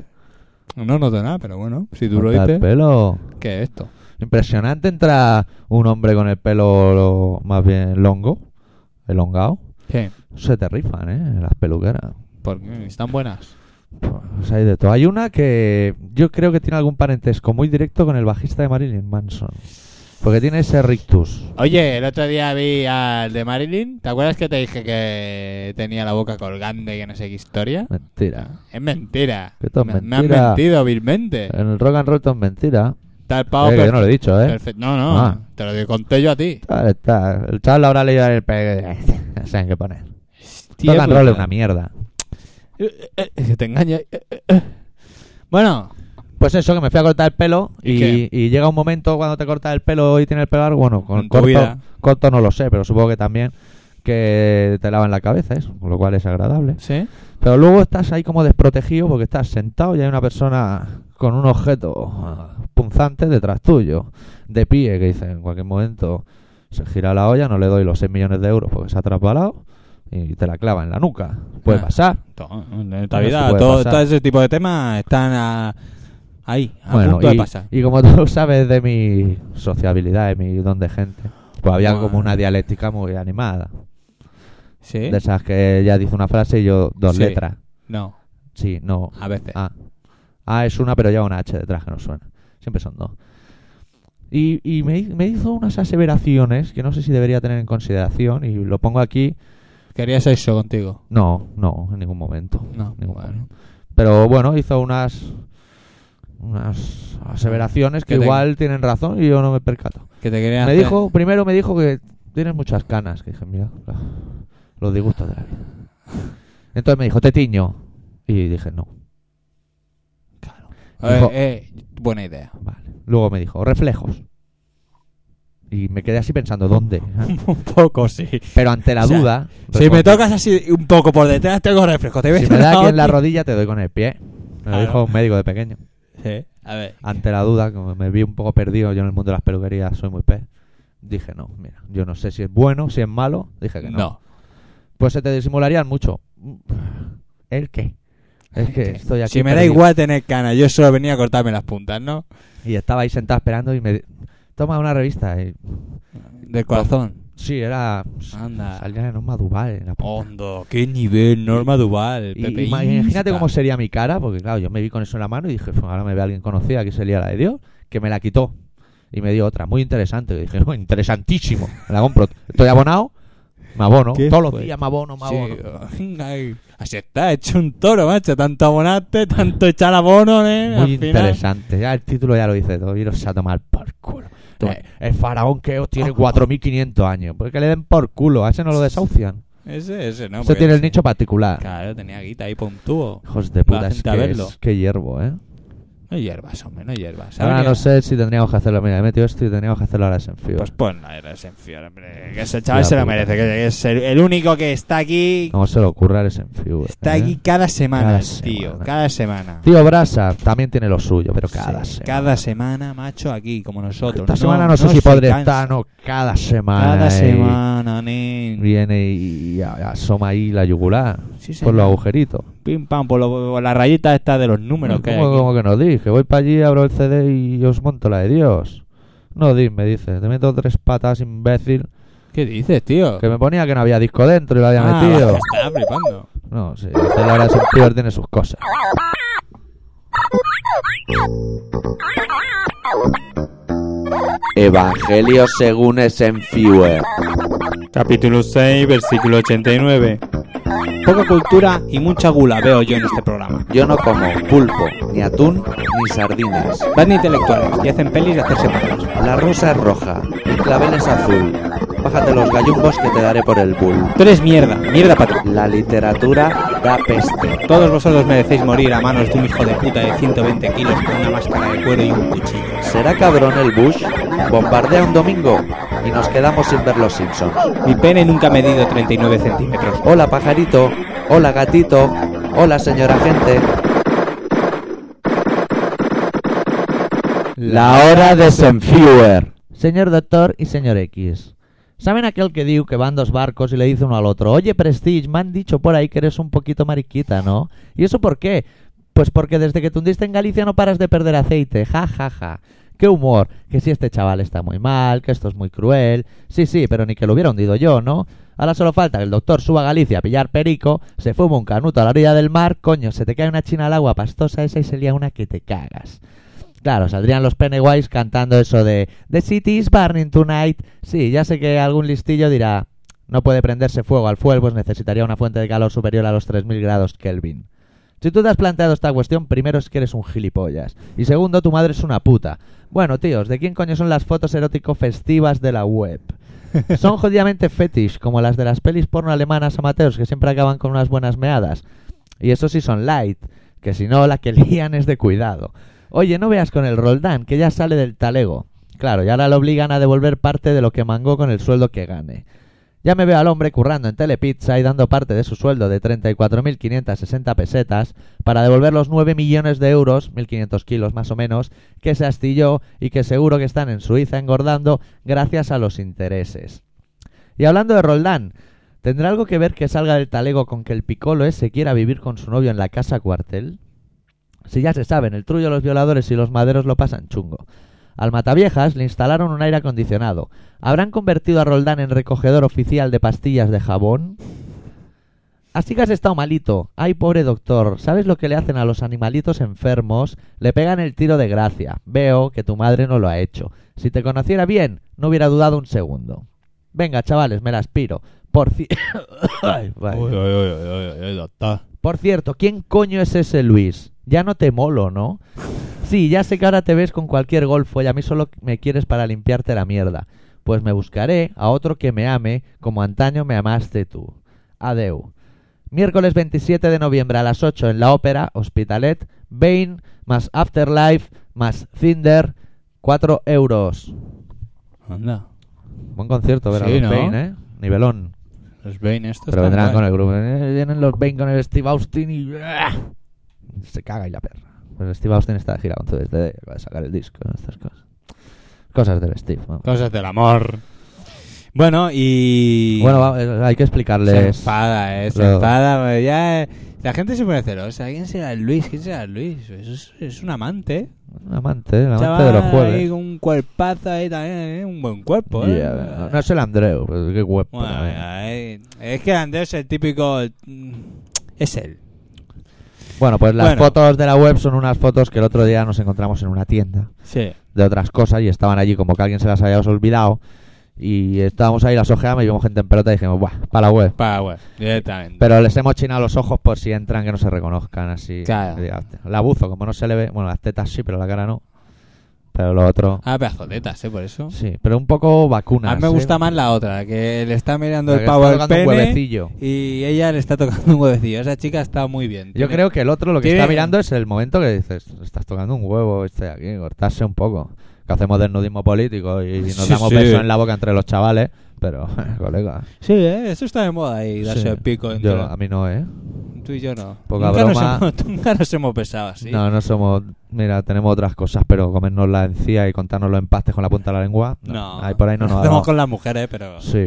Speaker 1: No noto nada, pero bueno, si tú lo
Speaker 2: Corta el
Speaker 1: dices.
Speaker 2: pelo.
Speaker 1: ¿Qué es esto?
Speaker 2: Impresionante entra un hombre con el pelo lo- más bien longo, elongado.
Speaker 1: ¿Qué?
Speaker 2: Se te rifan, ¿eh? Las peluqueras.
Speaker 1: Porque están buenas.
Speaker 2: Pues hay de todo. Hay una que yo creo que tiene algún parentesco muy directo con el bajista de Marilyn Manson. Porque tiene ese rictus.
Speaker 1: Oye, el otro día vi al de Marilyn. ¿Te acuerdas que te dije que tenía la boca colgante y que no sé qué historia?
Speaker 2: Mentira.
Speaker 1: Es mentira.
Speaker 2: Que todo es
Speaker 1: me, me han
Speaker 2: mentira.
Speaker 1: mentido vilmente.
Speaker 2: En el rock and roll todo es mentira.
Speaker 1: Está el pavo
Speaker 2: Eh, que yo
Speaker 1: perfe-
Speaker 2: no lo he dicho, ¿eh?
Speaker 1: perfecto. No, no,
Speaker 2: Ah.
Speaker 1: te lo conté yo a ti.
Speaker 2: Está, está. El chaval habrá leído en el pe... No saben qué poner.
Speaker 1: Tío,
Speaker 2: Rock and
Speaker 1: pues,
Speaker 2: roll es una mierda.
Speaker 1: eh, eh, eh, te engaña. eh, eh, eh. Bueno,
Speaker 2: Pues eso, que me fui a cortar el pelo
Speaker 1: ¿Y
Speaker 2: y,
Speaker 1: qué?
Speaker 2: y llega un momento cuando te cortas el pelo y tienes el pelo largo, bueno, con
Speaker 1: En tu
Speaker 2: corto,
Speaker 1: vida.
Speaker 2: corto no lo sé, pero supongo que también que te lavan la cabeza, eso, con lo cual es agradable.
Speaker 1: ¿sí?
Speaker 2: Pero luego estás ahí como desprotegido porque estás sentado y hay una persona con un objeto ah, punzante detrás tuyo, de pie, que dice, en cualquier momento se gira la olla, no le doy los seis millones de euros porque se ha trasbalado y te la clava en la nuca. Puede
Speaker 1: Ah.
Speaker 2: pasar.
Speaker 1: To- En esta
Speaker 2: Eso
Speaker 1: vida,
Speaker 2: puede
Speaker 1: todo,
Speaker 2: pasar.
Speaker 1: todo ese tipo de temas están a- ahí, a
Speaker 2: Bueno,
Speaker 1: punto de
Speaker 2: y,
Speaker 1: pasar.
Speaker 2: y como tú sabes de mi sociabilidad, de mi don de gente, pues había
Speaker 1: Bueno.
Speaker 2: como una dialéctica muy animada.
Speaker 1: ¿Sí?
Speaker 2: De esas que ella dice una frase y yo dos
Speaker 1: Sí.
Speaker 2: letras.
Speaker 1: No,
Speaker 2: Sí, no.
Speaker 1: a veces.
Speaker 2: A. A es una, pero lleva una H detrás que no suena. Siempre son dos. Y, y me, hi- me hizo unas aseveraciones que no sé si debería tener en consideración y lo pongo aquí.
Speaker 1: ¿Querías eso contigo?
Speaker 2: No, no, en ningún momento.
Speaker 1: No,
Speaker 2: Ningún
Speaker 1: bueno.
Speaker 2: momento. Pero bueno, hizo unas unas aseveraciones que
Speaker 1: ¿Qué te-
Speaker 2: igual tienen razón y yo no me percato.
Speaker 1: Que te querías
Speaker 2: Me
Speaker 1: hacer-
Speaker 2: dijo, primero me dijo que tienes muchas canas. Que dije, mira, los disgustos de la vida. Entonces me dijo, te tiño. Y dije, no.
Speaker 1: Eh,
Speaker 2: dijo-
Speaker 1: eh, buena idea.
Speaker 2: Vale. Luego me dijo, reflejos. Y me quedé así pensando, ¿dónde?
Speaker 1: Un poco, sí.
Speaker 2: Pero ante la
Speaker 1: O sea,
Speaker 2: duda...
Speaker 1: Si me
Speaker 2: respondí,
Speaker 1: tocas así un poco por detrás, tengo refresco. Te voy a
Speaker 2: si
Speaker 1: hacer
Speaker 2: me da
Speaker 1: una
Speaker 2: aquí en la
Speaker 1: hostia.
Speaker 2: rodilla, te doy con el pie. Me lo
Speaker 1: Claro.
Speaker 2: dijo un médico de pequeño.
Speaker 1: Sí. A ver.
Speaker 2: Ante la duda, como me vi un poco perdido, yo en el mundo de las peluquerías soy muy pez. Dije, no, mira, yo no sé si es bueno, si es malo. Dije que no.
Speaker 1: No.
Speaker 2: Pues se te disimularían mucho. ¿El qué? Es que estoy aquí
Speaker 1: Si me da
Speaker 2: perdido.
Speaker 1: igual tener canas, yo solo venía a cortarme las puntas, ¿no?
Speaker 2: Y estaba ahí sentado esperando y me... Toma una revista. Y...
Speaker 1: Del corazón.
Speaker 2: Sí, era...
Speaker 1: Anda.
Speaker 2: Salía en Norma Duval en la punta.
Speaker 1: Hondo, qué nivel, Norma Duval.
Speaker 2: Y,
Speaker 1: Pepe
Speaker 2: ima- imagínate
Speaker 1: Insta.
Speaker 2: cómo sería mi cara, porque claro, yo me vi con eso en la mano y dije, "Pues ahora me ve alguien conocido, aquí sería la de Dios", que me la quitó. Y me dio otra, muy interesante. Y dije, no, interesantísimo. Me la compro. Estoy abonado, me abono.
Speaker 1: ¿Qué
Speaker 2: Todos los
Speaker 1: fue?
Speaker 2: días me abono, me
Speaker 1: Sí,
Speaker 2: abono.
Speaker 1: ay, así está, hecho un toro, macho. Tanto abonaste, tanto echar abono, ¿eh?
Speaker 2: Muy
Speaker 1: Al final.
Speaker 2: interesante. Ya el título ya lo dice todo. Iros a tomar por culo.
Speaker 1: Toma.
Speaker 2: Eh, el faraón que tiene cuatro mil quinientos años. Porque le den por culo. A ese no lo desahucian.
Speaker 1: Ese, ese, ¿no?
Speaker 2: ese
Speaker 1: Porque
Speaker 2: tiene el
Speaker 1: ese-
Speaker 2: nicho particular.
Speaker 1: Claro, tenía guita ahí por un tubo.
Speaker 2: Hijos de
Speaker 1: La
Speaker 2: puta, es
Speaker 1: gente a
Speaker 2: que
Speaker 1: verlo.
Speaker 2: es que hiervo, ¿eh?
Speaker 1: No hierbas, hombre, no hierbas.
Speaker 2: Ahora
Speaker 1: ¿Sabes
Speaker 2: no
Speaker 1: qué?
Speaker 2: sé si tendríamos que hacerlo. Mira, he metido esto y tendríamos que hacerlo ahora en Fever.
Speaker 1: Pues pon la R S en Fever, hombre. Que ese chaval
Speaker 2: La
Speaker 1: se lo
Speaker 2: puta.
Speaker 1: merece. Que es el, el único que está aquí.
Speaker 2: ¿Cómo se le ocurre a en Fever?
Speaker 1: Está
Speaker 2: eh?
Speaker 1: aquí cada semana,
Speaker 2: Cada
Speaker 1: tío.
Speaker 2: semana.
Speaker 1: Cada semana.
Speaker 2: Tío Brasa también tiene lo suyo, pero cada
Speaker 1: Sí,
Speaker 2: semana.
Speaker 1: cada semana, macho, aquí, como nosotros.
Speaker 2: Esta semana no, sé si
Speaker 1: se
Speaker 2: podré
Speaker 1: cansa.
Speaker 2: estar, no. Cada semana.
Speaker 1: Cada
Speaker 2: eh,
Speaker 1: semana, nen.
Speaker 2: Viene y, y asoma ahí la yugular.
Speaker 1: Sí,
Speaker 2: Por
Speaker 1: señor.
Speaker 2: los agujeritos.
Speaker 1: Pim pam, por, lo- por la rayita esta de los números que hay
Speaker 2: ¿Cómo,
Speaker 1: aquí.
Speaker 2: cómo que no dije? Voy para allí, abro el C D y os monto la de Dios. No di, me dice. Te meto tres patas, imbécil.
Speaker 1: ¿Qué dices, tío?
Speaker 2: Que me ponía que no había disco dentro y lo había
Speaker 1: Ah,
Speaker 2: metido.
Speaker 1: vale, está flipando.
Speaker 2: No, sí, hacer la hora de Fever tiene sus cosas.
Speaker 5: Evangelio según Eisenhower.
Speaker 1: Capítulo seis, versículo ochenta y nueve. Poca cultura y mucha gula veo yo en este programa.
Speaker 5: Yo no como pulpo, ni atún, ni sardinas.
Speaker 1: Van de intelectuales y hacen pelis de hacerse pajas.
Speaker 5: La rosa es roja, el clavel es azul. Bájate los gallumbos que te daré por el bull.
Speaker 1: Tú eres mierda, mierda patrón.
Speaker 5: La literatura da peste.
Speaker 1: Todos vosotros merecéis morir a manos de un hijo de puta de ciento veinte kilos con una máscara de cuero y un cuchillo.
Speaker 5: ¿Será cabrón el Bush? Bombardea un domingo y nos quedamos sin ver los Simpsons.
Speaker 1: Mi pene nunca ha medido treinta y nueve centímetros.
Speaker 5: Hola pajarito, hola gatito, hola señora gente. La hora de Eisenhower.
Speaker 2: Señor Doctor y Señor X. ¿Saben aquel que diu que van dos barcos y le dice uno al otro: oye, Prestige, me han dicho por ahí que eres un poquito mariquita, ¿no? ¿Y eso por qué? Pues porque desde que te hundiste en Galicia no paras de perder aceite, ja, ja, ja. ¡Qué humor! Que si este chaval está muy mal, que esto es muy cruel. Sí, sí, pero ni que lo hubiera hundido yo, ¿no? Ahora solo falta que el doctor suba a Galicia a pillar perico, se fuma un canuto a la orilla del mar, coño, se te cae una china al agua pastosa esa y se lía una que te cagas. Claro, saldrían los Pennywise cantando eso de The city is burning tonight. Sí, ya sé que algún listillo dirá: no puede prenderse fuego al fuel, pues necesitaría una fuente de calor superior a los tres mil grados Kelvin. Si tú te has planteado esta cuestión, primero es que eres un gilipollas. Y segundo, tu madre es una puta. Bueno, tíos, ¿de quién coño son las fotos erótico festivas de la web? Son jodidamente fetish, como las de las pelis porno alemanas amateurs que siempre acaban con unas buenas meadas. Y eso sí son light, que si no, la que lían es de cuidado. Oye, no veas con el Roldán, que ya sale del talego. Claro, y ahora le obligan a devolver parte de lo que mangó con el sueldo que gane. Ya me veo al hombre currando en Telepizza y dando parte de su sueldo de treinta y cuatro mil quinientas sesenta pesetas para devolver los nueve millones de euros, mil quinientos kilos más o menos, que se astilló y que seguro que están en Suiza engordando gracias a los intereses. Y hablando de Roldán, ¿tendrá algo que ver que salga del talego con que el picolo ese quiera vivir con su novio en la casa cuartel? Si ya se saben, el trullo, los violadores y los maderos lo pasan chungo. Al Mataviejas le instalaron un aire acondicionado. ¿Habrán convertido a Roldán en recogedor oficial de pastillas de jabón? Así que has estado malito. Ay, pobre doctor. ¿Sabes lo que le hacen a los animalitos enfermos? Le pegan el tiro de gracia. Veo que tu madre no lo ha hecho. Si te conociera bien, no hubiera dudado un segundo. Venga, chavales, me la aspiro. Por ci... Ay, vaya.
Speaker 1: Uy, uy, uy, uy, uy, doctor.
Speaker 2: Por cierto, ¿quién coño es ese Luis? Ya no te molo, ¿no? Sí, ya sé que ahora te ves con cualquier golfo y a mí solo me quieres para limpiarte la mierda. Pues me buscaré a otro que me ame como antaño me amaste tú. Adeu. Miércoles veintisiete de noviembre a las ocho en la Ópera, Hospitalet, Bane más Afterlife más Cinder, cuatro euros.
Speaker 1: Anda.
Speaker 2: Buen concierto, ver a
Speaker 1: Sí,
Speaker 2: los
Speaker 1: ¿no?
Speaker 2: Bane, ¿eh? Nivelón.
Speaker 1: Los Bane estos
Speaker 2: Pero
Speaker 1: están
Speaker 2: vendrán
Speaker 1: guay.
Speaker 2: con el grupo. Eh, Vienen los Bane con el Steve Austin y... ¡ah! Se caga y la perra. Pues Steve Austin está de gira con C D D, acaba de sacar el disco, estas cosas. Cosas del Steve. ¿no?
Speaker 1: Cosas del amor. Bueno, y...
Speaker 2: Bueno, va, eh, hay que
Speaker 1: se
Speaker 2: explicarles...
Speaker 1: enfada, eh, se
Speaker 2: Lo-
Speaker 1: enfada. pues ya, eh, la gente se pone celosa. ¿Quién será el Luis? ¿Quién será el Luis? Eso es, es un amante.
Speaker 2: Un amante, el amante
Speaker 1: Chaval
Speaker 2: de los
Speaker 1: ahí
Speaker 2: jueves.
Speaker 1: con un cuerpazo ahí también, ¿eh? Un buen cuerpo, ¿eh?
Speaker 2: Yeah, no es el Andreu, pero qué guapo.
Speaker 1: Bueno,
Speaker 2: también.
Speaker 1: eh, es que Andrés es el típico... mm, Es él.
Speaker 2: Bueno, pues las
Speaker 1: Bueno.
Speaker 2: fotos de la web son unas fotos que el otro día nos encontramos en una tienda
Speaker 1: Sí.
Speaker 2: de otras cosas y estaban allí como que alguien se las había olvidado y estábamos ahí, las ojeamos y vimos gente en pelota y dijimos, buah, para la web.
Speaker 1: Para web, directamente.
Speaker 2: Pero les hemos chinado los ojos por si entran que no se reconozcan así.
Speaker 1: Claro.
Speaker 2: Que diga, "Hostia". La buzo, como no se le ve, bueno, las tetas sí, pero la cara no. Pero lo otro...
Speaker 1: Ah, pedazo de tetas, ¿eh? Por eso.
Speaker 2: Sí, pero un poco vacuna.
Speaker 1: A mí me gusta más la otra, la que le está mirando
Speaker 2: La
Speaker 1: el
Speaker 2: que
Speaker 1: pavo
Speaker 2: está
Speaker 1: al
Speaker 2: tocando un
Speaker 1: pene
Speaker 2: huevecillo.
Speaker 1: y ella le está tocando un huevecillo. Esa chica está muy bien.
Speaker 2: Yo
Speaker 1: Tiene-
Speaker 2: creo que el otro lo que
Speaker 1: tiene-
Speaker 2: está mirando es el momento que dices, estás tocando un huevo este de aquí, cortarse un poco. Que hacemos desnudismo político y nos
Speaker 1: Sí,
Speaker 2: damos
Speaker 1: sí.
Speaker 2: besos en la boca entre los chavales, pero, colega,
Speaker 1: Sí, ¿eh? Eso está de moda ahí, darse
Speaker 2: sí.
Speaker 1: el pico. Entre...
Speaker 2: Yo, a mí no, ¿eh?
Speaker 1: Tú y yo no.
Speaker 2: Poca
Speaker 1: nunca,
Speaker 2: broma.
Speaker 1: Nos hemos, nunca nos hemos besado así.
Speaker 2: No, no somos... Mira, tenemos otras cosas, pero comernos la encía y contarnos los empastes con la punta de la lengua,
Speaker 1: No.
Speaker 2: ahí por ahí no nos
Speaker 1: Lo
Speaker 2: ha
Speaker 1: hacemos
Speaker 2: dado.
Speaker 1: con las mujeres, pero,
Speaker 2: Sí.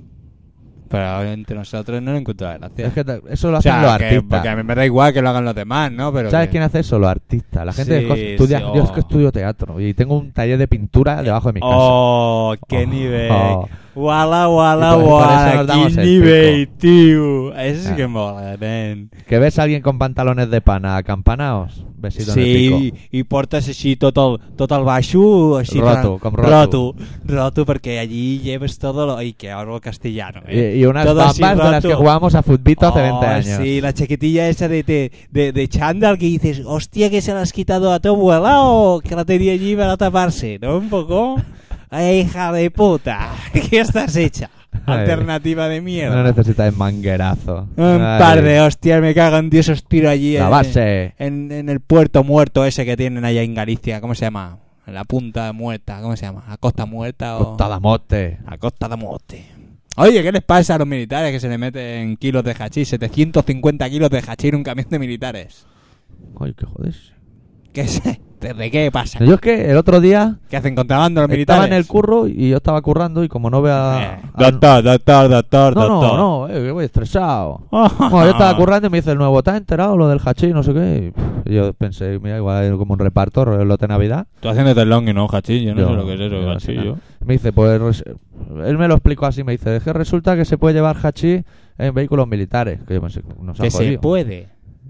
Speaker 1: pero entre nosotros no le encuentro la gracia.
Speaker 2: Es que te- eso lo
Speaker 1: O
Speaker 2: hacen
Speaker 1: sea,
Speaker 2: los
Speaker 1: que-
Speaker 2: artistas.
Speaker 1: porque a mí me da igual que lo hagan los demás, ¿no? Pero
Speaker 2: ¿Sabes
Speaker 1: que-
Speaker 2: quién hace eso? Los artistas. La gente
Speaker 1: Sí,
Speaker 2: que cos- estudia...
Speaker 1: sí,
Speaker 2: Yo es
Speaker 1: oh.
Speaker 2: que estudio teatro y tengo un taller de pintura debajo de mi casa.
Speaker 1: Oh, qué
Speaker 2: Oh,
Speaker 1: nivel.
Speaker 2: oh.
Speaker 1: Wala, wala,
Speaker 2: Y por- y por eso
Speaker 1: wala,
Speaker 2: nos damos
Speaker 1: qué
Speaker 2: el
Speaker 1: nivel, tío. Eso sí
Speaker 2: Ah.
Speaker 1: que mola, nen.
Speaker 2: Que ves a alguien con pantalones de pana acampanaos, besito en el
Speaker 1: Sí,
Speaker 2: pico.
Speaker 1: i portes així tot el, tot el baixo així
Speaker 2: Roto,
Speaker 1: tan-
Speaker 2: com roto.
Speaker 1: roto, roto, porque allí lleves todo lo... Ay, que hablo castellano, ¿eh?
Speaker 2: Y, y unas
Speaker 1: Todo así
Speaker 2: bambas de las
Speaker 1: roto.
Speaker 2: que jugábamos a futbito hace
Speaker 1: Oh,
Speaker 2: veinte años.
Speaker 1: Sí, la chaquetilla esa de, de, de, de chándal que dices, hostia, que se la has quitado a tu abuela o que la tenía allí para taparse, ¿no? Un poco... Ay, hija de puta, ¿qué estás hecha?
Speaker 2: Ay.
Speaker 1: Alternativa de mierda.
Speaker 2: No necesitas manguerazo.
Speaker 1: Un
Speaker 2: Ay.
Speaker 1: par de hostias, me cago en Dios, os tiro allí
Speaker 2: La
Speaker 1: en,
Speaker 2: base.
Speaker 1: en, en el puerto muerto ese que tienen allá en Galicia. ¿Cómo se llama? La punta muerta, ¿cómo se llama? ¿A costa muerta o...?
Speaker 2: Costa da Mote.
Speaker 1: A costa de muerte. Oye, ¿qué les pasa a los militares que se le meten kilos de hachís? setecientos cincuenta kilos de hachís en un camión de militares.
Speaker 2: Ay, qué jodes.
Speaker 1: ¿Qué sé? ¿De qué pasa?
Speaker 2: Yo es que el otro día
Speaker 1: ¿Qué hacen contrabando los militares?
Speaker 2: estaba en el curro y yo estaba currando y como no vea...
Speaker 1: Eh, doctor, doctor, doctor,
Speaker 2: No,
Speaker 1: doctor.
Speaker 2: no, no, eh, que voy estresado. Bueno, yo estaba currando y me dice el nuevo, ¿te has enterado lo del hachís? No sé qué. Y, pff, y yo pensé, mira, igual hay como un reparto, reloj de Navidad.
Speaker 1: Tú haciéndote el long y no hachís, yo no
Speaker 2: Yo-
Speaker 1: sé lo que es eso,
Speaker 2: yo no sé
Speaker 1: hachís,
Speaker 2: nada.
Speaker 1: yo.
Speaker 2: Me dice, pues res- él me lo explicó así, me dice, es que resulta que se puede llevar hachís en vehículos militares. Que yo pensé, nos ha
Speaker 1: Que se
Speaker 2: jodido.
Speaker 1: puede.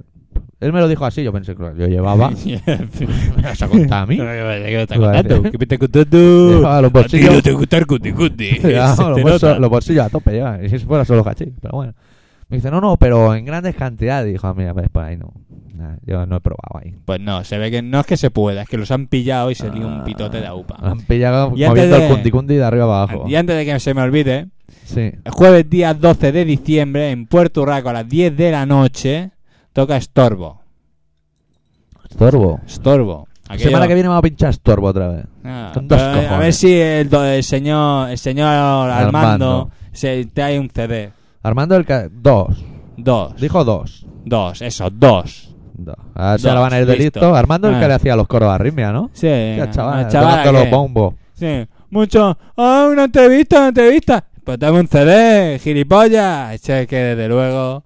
Speaker 2: Él me lo dijo así, yo pensé que yo llevaba. ¿Me vas a contar a mí?
Speaker 1: ¿Qué me estás
Speaker 2: Iba a
Speaker 1: contando?
Speaker 2: decir.
Speaker 1: ¿Qué me estás contando?
Speaker 2: Llevaba los
Speaker 4: A ti no
Speaker 2: bolsillos.
Speaker 4: te gusta el cuti cuti.
Speaker 2: Llevaba
Speaker 1: se
Speaker 2: los,
Speaker 1: te
Speaker 2: bolsos-
Speaker 1: nota.
Speaker 2: los bolsillos a tope, llevaba. Y si fuera solo hachís, pero bueno. Me dice, no, no, pero en grandes cantidades. Dijo, mira, ves por ahí no. Nah, yo no he probado ahí.
Speaker 1: Pues no, se ve que no es que se pueda, es que los han pillado y se lía un pitote de aupa.
Speaker 2: Han pillado
Speaker 1: Y antes
Speaker 2: moviendo
Speaker 1: de-
Speaker 2: el cundicundi de arriba abajo.
Speaker 1: Y antes de que se me olvide,
Speaker 2: Sí.
Speaker 1: el jueves día doce de diciembre en Puerto Urraco a las diez de la noche toca Estorbo.
Speaker 2: Estorbo.
Speaker 1: Estorbo. Aquello-
Speaker 2: Semana que viene vamos a pinchar estorbo otra vez.
Speaker 1: Ah,
Speaker 2: Con dos
Speaker 1: pero, eh, a
Speaker 2: cojones.
Speaker 1: ver si el, do- el señor el señor Armando,
Speaker 2: Armando.
Speaker 1: se te hay un C D.
Speaker 2: Armando el ca- dos.
Speaker 1: Dos.
Speaker 2: Dijo dos.
Speaker 1: Dos, eso, dos.
Speaker 2: Dos. A ver si
Speaker 1: Dos,
Speaker 2: ahora van a ir de
Speaker 1: listo.
Speaker 2: listo. Armando el
Speaker 1: Ah.
Speaker 2: que le hacía los coros a Arritmia, ¿no?
Speaker 1: Sí,
Speaker 2: Ya, chaval,
Speaker 1: una chavala
Speaker 2: tocando los
Speaker 1: que-
Speaker 2: bombos.
Speaker 1: Sí, mucho. ¡Ah, una entrevista, una entrevista! Pues dame un C D, gilipollas. Che, que desde luego.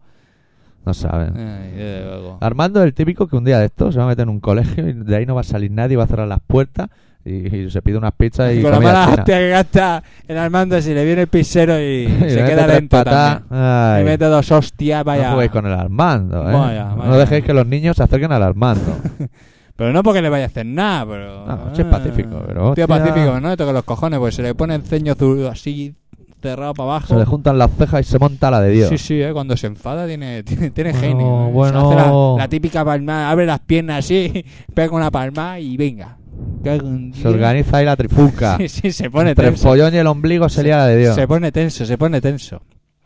Speaker 2: No saben.
Speaker 1: Ay, desde luego.
Speaker 2: Armando es el típico que un día de estos se va a meter en un colegio y de ahí no va a salir nadie, va a cerrar las puertas y, y se pide unas pizzas y
Speaker 1: Con la
Speaker 2: comida
Speaker 1: mala
Speaker 2: china.
Speaker 1: hostia que gasta el Armando si le viene el pisero y,
Speaker 2: Y
Speaker 1: se
Speaker 2: le mete
Speaker 1: queda
Speaker 2: tres
Speaker 1: lento
Speaker 2: patas.
Speaker 1: también.
Speaker 2: Ay,
Speaker 1: Le mete dos hostias,
Speaker 2: no
Speaker 1: vaya.
Speaker 2: juguéis con el Armando, ¿eh?
Speaker 1: Vaya,
Speaker 2: No
Speaker 1: vaya.
Speaker 2: dejéis que los niños se acerquen al Armando.
Speaker 1: Pero no porque le vaya a hacer nada, pero...
Speaker 2: No, sí es pacífico, pero
Speaker 1: Tío
Speaker 2: hostia.
Speaker 1: pacífico, no le toque los cojones, pues se le pone el ceño zurdo así cerrado para abajo.
Speaker 2: Se le juntan las cejas y se monta la de Dios.
Speaker 1: Sí, sí, eh, cuando se enfada tiene, tiene, tiene
Speaker 2: Bueno,
Speaker 1: genio. eh.
Speaker 2: bueno.
Speaker 1: Se hace la, la típica palma, abre las piernas así, pega una palma y venga. Cago en
Speaker 2: Se
Speaker 1: Dios.
Speaker 2: organiza ahí la trifulca.
Speaker 1: Sí, sí, se pone
Speaker 2: Entre el
Speaker 1: tenso.
Speaker 2: follón y el ombligo se lía la de Dios.
Speaker 1: Se pone tenso, se pone tenso.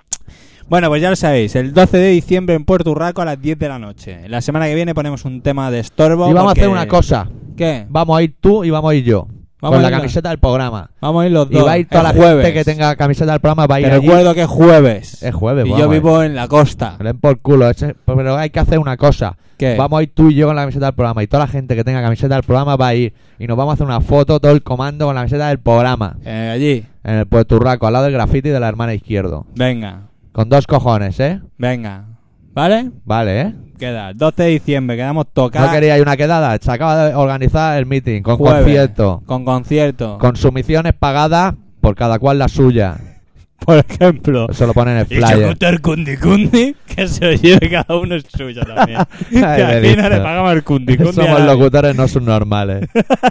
Speaker 1: Bueno, pues ya lo sabéis, el doce de diciembre en Puerto Urraco a las diez de la noche. La semana que viene ponemos un tema de estorbo.
Speaker 2: Y vamos
Speaker 1: porque-
Speaker 2: a hacer una cosa.
Speaker 1: ¿Qué?
Speaker 2: Vamos a ir tú y vamos a ir yo.
Speaker 1: Vamos
Speaker 2: con
Speaker 1: a
Speaker 2: la
Speaker 1: ir la-
Speaker 2: camiseta del programa.
Speaker 1: Vamos a ir los
Speaker 2: Y
Speaker 1: dos.
Speaker 2: va a ir toda
Speaker 1: el
Speaker 2: la
Speaker 1: jueves.
Speaker 2: gente que tenga camiseta del programa, va a ir
Speaker 1: Te
Speaker 2: allí.
Speaker 1: recuerdo que es jueves.
Speaker 2: Es jueves,
Speaker 1: Y
Speaker 2: vamos
Speaker 1: yo
Speaker 2: a ver.
Speaker 1: vivo en la costa.
Speaker 2: Me den por culo. ese- Pero hay que hacer una cosa.
Speaker 1: ¿Qué?
Speaker 2: Vamos a ir tú y yo con la camiseta del programa. Y toda la gente que tenga camiseta del programa va a ir. Y nos vamos a hacer una foto, todo el comando con la camiseta del programa.
Speaker 1: Eh, allí.
Speaker 2: En el Puerto Urraco, al lado del graffiti de la hermana izquierdo.
Speaker 1: Venga,
Speaker 2: Con dos cojones, ¿eh?
Speaker 1: venga. ¿Vale?
Speaker 2: Vale, ¿eh?
Speaker 1: Queda. doce de diciembre, quedamos tocar.
Speaker 2: No quería ir una quedada. Se acaba de organizar el meeting con
Speaker 1: Jueves.
Speaker 2: concierto.
Speaker 1: Con concierto.
Speaker 2: Con sumisiones pagadas por cada cual la suya.
Speaker 1: Por ejemplo.
Speaker 2: Eso lo ponen en el
Speaker 4: Y se
Speaker 2: flyer.
Speaker 4: junta el cundi cundi.
Speaker 1: Que se lo lleve cada uno el suyo también. que
Speaker 2: Ay,
Speaker 1: aquí
Speaker 2: listo.
Speaker 1: no le pagamos el cundi cundi a
Speaker 2: Somos
Speaker 1: nadie.
Speaker 2: locutores no subnormales.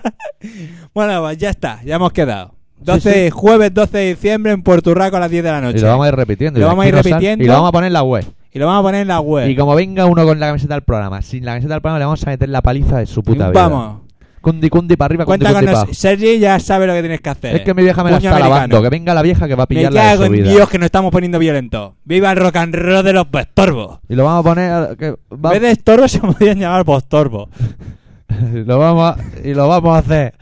Speaker 1: Bueno, pues ya está, ya hemos quedado. doce,
Speaker 2: Sí, sí.
Speaker 1: Jueves doce de diciembre en Puerto Urraco a las diez de la noche.
Speaker 2: Y lo vamos a ir repitiendo.
Speaker 1: Lo
Speaker 2: y de
Speaker 1: vamos a
Speaker 2: aquí
Speaker 1: ir
Speaker 2: no sal-
Speaker 1: repitiendo.
Speaker 2: Y lo vamos a poner en la web.
Speaker 1: Y lo vamos a poner en la web.
Speaker 2: Y como venga uno con la camiseta del programa, sin la camiseta del programa le vamos a meter la paliza de su puta
Speaker 1: Y
Speaker 2: vida.
Speaker 1: vamos.
Speaker 2: Cundi cundi para arriba, cundi
Speaker 1: Cuenta con
Speaker 2: cundi para
Speaker 1: nosotros. Sergi ya sabe lo que tienes que hacer.
Speaker 2: Es que mi vieja me la
Speaker 1: Puño
Speaker 2: está
Speaker 1: americano.
Speaker 2: lavando. Que venga la vieja que va a
Speaker 1: Me
Speaker 2: pillar la de
Speaker 1: cago
Speaker 2: su
Speaker 1: en
Speaker 2: vida.
Speaker 1: Dios que nos estamos poniendo violentos. Viva el rock and roll de los postorbos.
Speaker 2: Y lo vamos a poner... Que
Speaker 1: En
Speaker 2: va-
Speaker 1: vez de estorbo se podrían llamar postorbos.
Speaker 2: lo vamos a... Y lo vamos a hacer.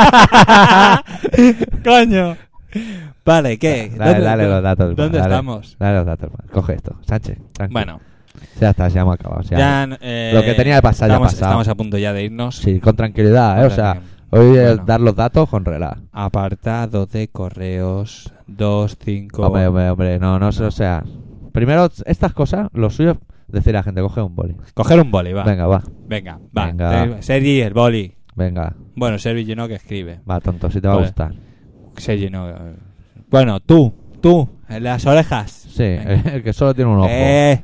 Speaker 1: Coño. Vale, ¿qué?
Speaker 2: Dale,
Speaker 1: ¿Dónde-
Speaker 2: dale los datos.
Speaker 1: ¿Dónde
Speaker 2: dale,
Speaker 1: estamos?
Speaker 2: Dale los datos. Coge esto. Sánchez, tranquilo.
Speaker 1: Bueno,
Speaker 2: Ya está, ya hemos acabado. Ya.
Speaker 1: ya... eh,
Speaker 2: Lo que tenía que pasar ya ha
Speaker 1: estamos,
Speaker 2: pasado.
Speaker 1: Estamos a punto ya de irnos.
Speaker 2: Sí, con tranquilidad, ¿eh? O sea,
Speaker 1: Con
Speaker 2: hoy es
Speaker 1: Bueno.
Speaker 2: dar los datos con relax.
Speaker 1: Apartado de correos dos cinco.
Speaker 2: Hombre, hombre, hombre. No, no, sé, o sea... Primero, estas cosas, lo suyo es decirle a la gente, coge un boli.
Speaker 1: Coger un boli, va.
Speaker 2: Venga, va.
Speaker 1: Venga, va.
Speaker 2: Venga.
Speaker 1: Eh, Sergi, el boli.
Speaker 2: Venga.
Speaker 1: Bueno, Sergi no que escribe.
Speaker 2: Va, tonto, si te va a
Speaker 1: Vale.
Speaker 2: gustar.
Speaker 1: Sergi no. eh. Bueno, tú, tú, en las orejas.
Speaker 2: Sí,
Speaker 1: Venga.
Speaker 2: el que solo tiene un ojo.
Speaker 1: Eh,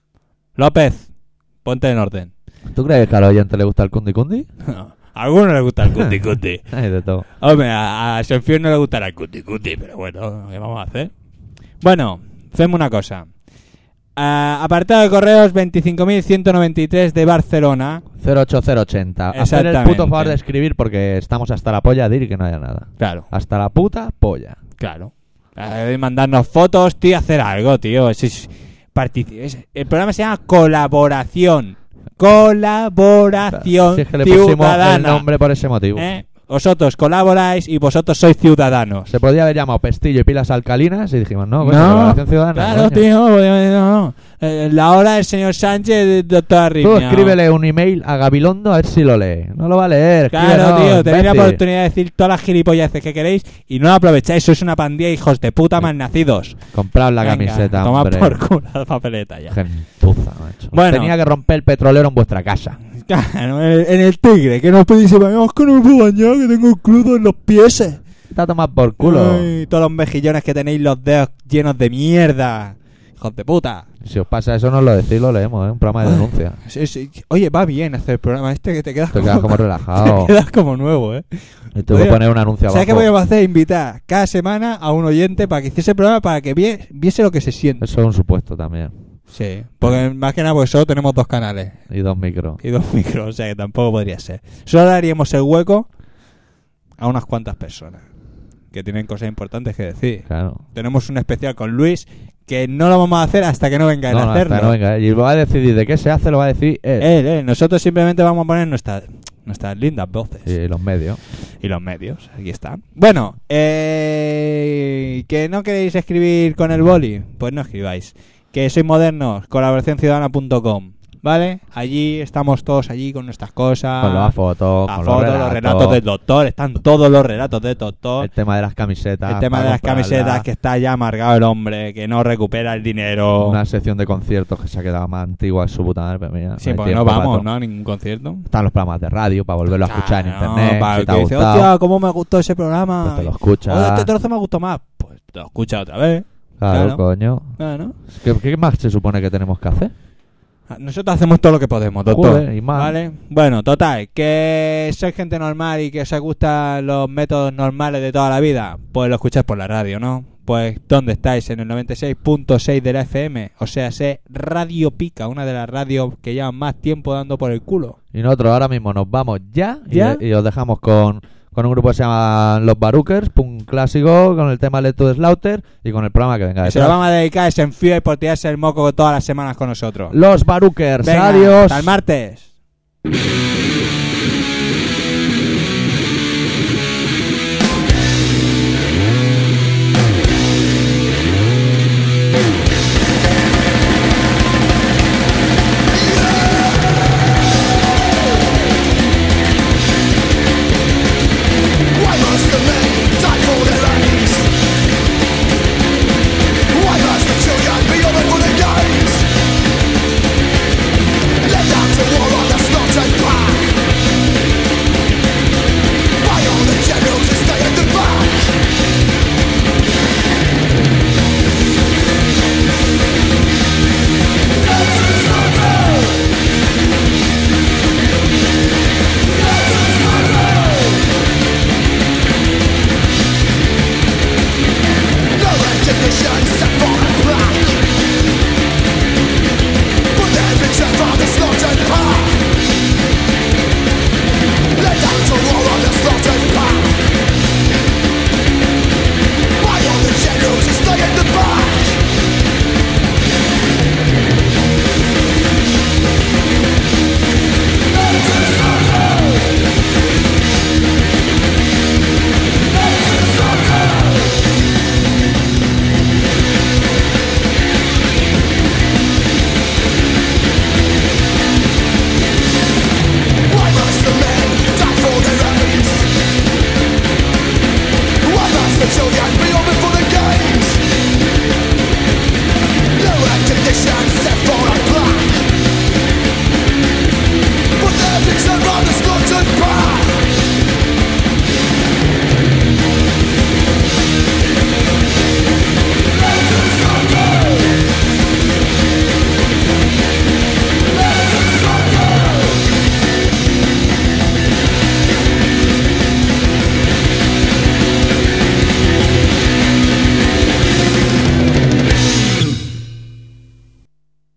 Speaker 1: López, ponte en orden.
Speaker 2: ¿Tú crees que a los oyentes le gusta el cundi cundi?
Speaker 1: A algunos les gusta el cuti cuti.
Speaker 2: Hay de todo.
Speaker 1: Hombre, a, a Senfior no le gustará el cuti cuti, pero bueno, ¿qué vamos a hacer? Bueno, hacemos una cosa. Ah, apartado de correos veinticinco mil ciento noventa y tres de Barcelona.
Speaker 2: cero ocho cero ochenta. Hacer el
Speaker 1: Exactamente.
Speaker 2: puto favor de escribir porque estamos hasta la polla de ir y que no haya nada.
Speaker 1: Claro,
Speaker 2: Hasta la puta polla.
Speaker 1: claro. Eh, mandarnos fotos, tío, hacer algo, tío. Es, es- partici- es- el programa se llama Colaboración. Colaboración
Speaker 2: Si es que le pusimos el
Speaker 1: ciudadana.
Speaker 2: nombre por ese motivo.
Speaker 1: ¿Eh? Vosotros colaboráis y vosotros sois ciudadanos.
Speaker 2: Se podría haber llamado Pestillo y Pilas Alcalinas y dijimos, no, coño,
Speaker 1: No,
Speaker 2: Colaboración Ciudadana.
Speaker 1: Claro,
Speaker 2: coño.
Speaker 1: tío. No, no. Eh, La hora del señor Sánchez de doctor
Speaker 2: Tú
Speaker 1: Arritmia.
Speaker 2: escríbele un email a Gabilondo a ver si lo lee. No lo va a leer.
Speaker 1: Claro,
Speaker 2: escríbenos,
Speaker 1: tío, tenéis la
Speaker 2: imbécil.
Speaker 1: oportunidad de decir todas las gilipolleces que queréis y no la aprovecháis. Sois una pandilla de hijos de puta malnacidos.
Speaker 2: Comprad la
Speaker 1: Venga,
Speaker 2: camiseta,
Speaker 1: toma
Speaker 2: hombre.
Speaker 1: por culo la papeleta ya.
Speaker 2: Gentuza, macho.
Speaker 1: Bueno.
Speaker 2: Tenía que romper el petrolero en vuestra casa.
Speaker 1: Claro, en el, en el Tigre, que nos pedís, vamos que no me puedo bañar, que tengo crudo en los pies.
Speaker 2: Está a tomar por culo.
Speaker 1: Ay, todos los mejillones que tenéis los dedos llenos de mierda. Hijos de puta.
Speaker 2: Si os pasa eso, nos lo decís, lo leemos, ¿eh? Un programa de denuncia.
Speaker 1: Sí, sí. Oye, va bien hacer el programa este que te quedas,
Speaker 2: Te
Speaker 1: como,
Speaker 2: quedas como relajado.
Speaker 1: te quedas como nuevo, ¿eh?
Speaker 2: Y tuve
Speaker 1: Oye,
Speaker 2: que poner un anuncio abajo.
Speaker 1: ¿Sabes qué podríamos hacer? Invitar cada semana a un oyente para que hiciese el programa para que vie- viese lo que se siente.
Speaker 2: Eso es un supuesto también.
Speaker 1: Sí, porque más que nada porque solo tenemos dos canales
Speaker 2: Y dos micros.
Speaker 1: y dos micros, o sea que tampoco podría ser. Solo daríamos el hueco a unas cuantas personas que tienen cosas importantes que decir.
Speaker 2: Claro.
Speaker 1: Tenemos un especial con Luis que no lo vamos a hacer hasta que no venga él
Speaker 2: No,
Speaker 1: a
Speaker 2: no,
Speaker 1: hacerlo.
Speaker 2: hasta no venga. Y va a decidir de qué se hace, lo va a decir él.
Speaker 1: Él, él. Nosotros simplemente vamos a poner nuestras nuestras lindas voces.
Speaker 2: Y los medios.
Speaker 1: Y los medios, aquí está. Bueno, eh, ¿que no queréis escribir con el boli? Pues no escribáis. Que sois modernos, colaboración ciudadana punto com, ¿vale? Allí estamos todos allí con nuestras cosas.
Speaker 2: Con las fotos,
Speaker 1: las
Speaker 2: con
Speaker 1: fotos,
Speaker 2: los relatos.
Speaker 1: los relatos del doctor, están todos los relatos del doctor.
Speaker 2: El tema de las camisetas.
Speaker 1: El tema
Speaker 2: para
Speaker 1: de las
Speaker 2: comprarlas.
Speaker 1: camisetas, que está ya amargado el hombre, que no recupera el dinero.
Speaker 2: Una sección de conciertos que se ha quedado más antigua, es su puta madre, pero mira,
Speaker 1: Sí,
Speaker 2: hay
Speaker 1: porque no
Speaker 2: tiempo para
Speaker 1: vamos,
Speaker 2: todo.
Speaker 1: ¿no? A ningún concierto.
Speaker 2: Están los programas de radio para volverlo a escuchar en
Speaker 1: Claro,
Speaker 2: internet.
Speaker 1: para
Speaker 2: si
Speaker 1: el
Speaker 2: te ha
Speaker 1: que dice,
Speaker 2: gustado,
Speaker 1: hostia, ¿cómo me gustó ese programa?
Speaker 2: pues te lo escuchas.
Speaker 1: Oye, este trozo me gustó más. Pues te lo escuchas otra vez.
Speaker 2: Claro,
Speaker 1: claro.
Speaker 2: coño.
Speaker 1: Claro.
Speaker 2: ¿Qué, ¿Qué más se supone que tenemos que hacer?
Speaker 1: Nosotros hacemos todo lo que podemos, doctor.
Speaker 2: Joder, y más.
Speaker 1: ¿Vale? Bueno, total, que sois gente normal y que os gustan los métodos normales de toda la vida, pues lo escucháis por la radio, ¿no? Pues, ¿dónde estáis? En el noventa y seis punto seis de la F M. O sea, sé Radio Pica, una de las radios que llevan más tiempo dando por el culo.
Speaker 2: Y nosotros ahora mismo nos vamos ya, y-
Speaker 1: ¿Ya?
Speaker 2: Y, os dejamos con, con un grupo que se llama Los Barookers, un clásico, con el tema Let to the Slaughter y con el programa que venga
Speaker 1: Que se lo
Speaker 2: detrás.
Speaker 1: vamos a dedicar a Senfío y por tirarse el moco todas las semanas con nosotros.
Speaker 2: Los Barookers,
Speaker 1: Venga,
Speaker 2: adiós.
Speaker 1: hasta el martes.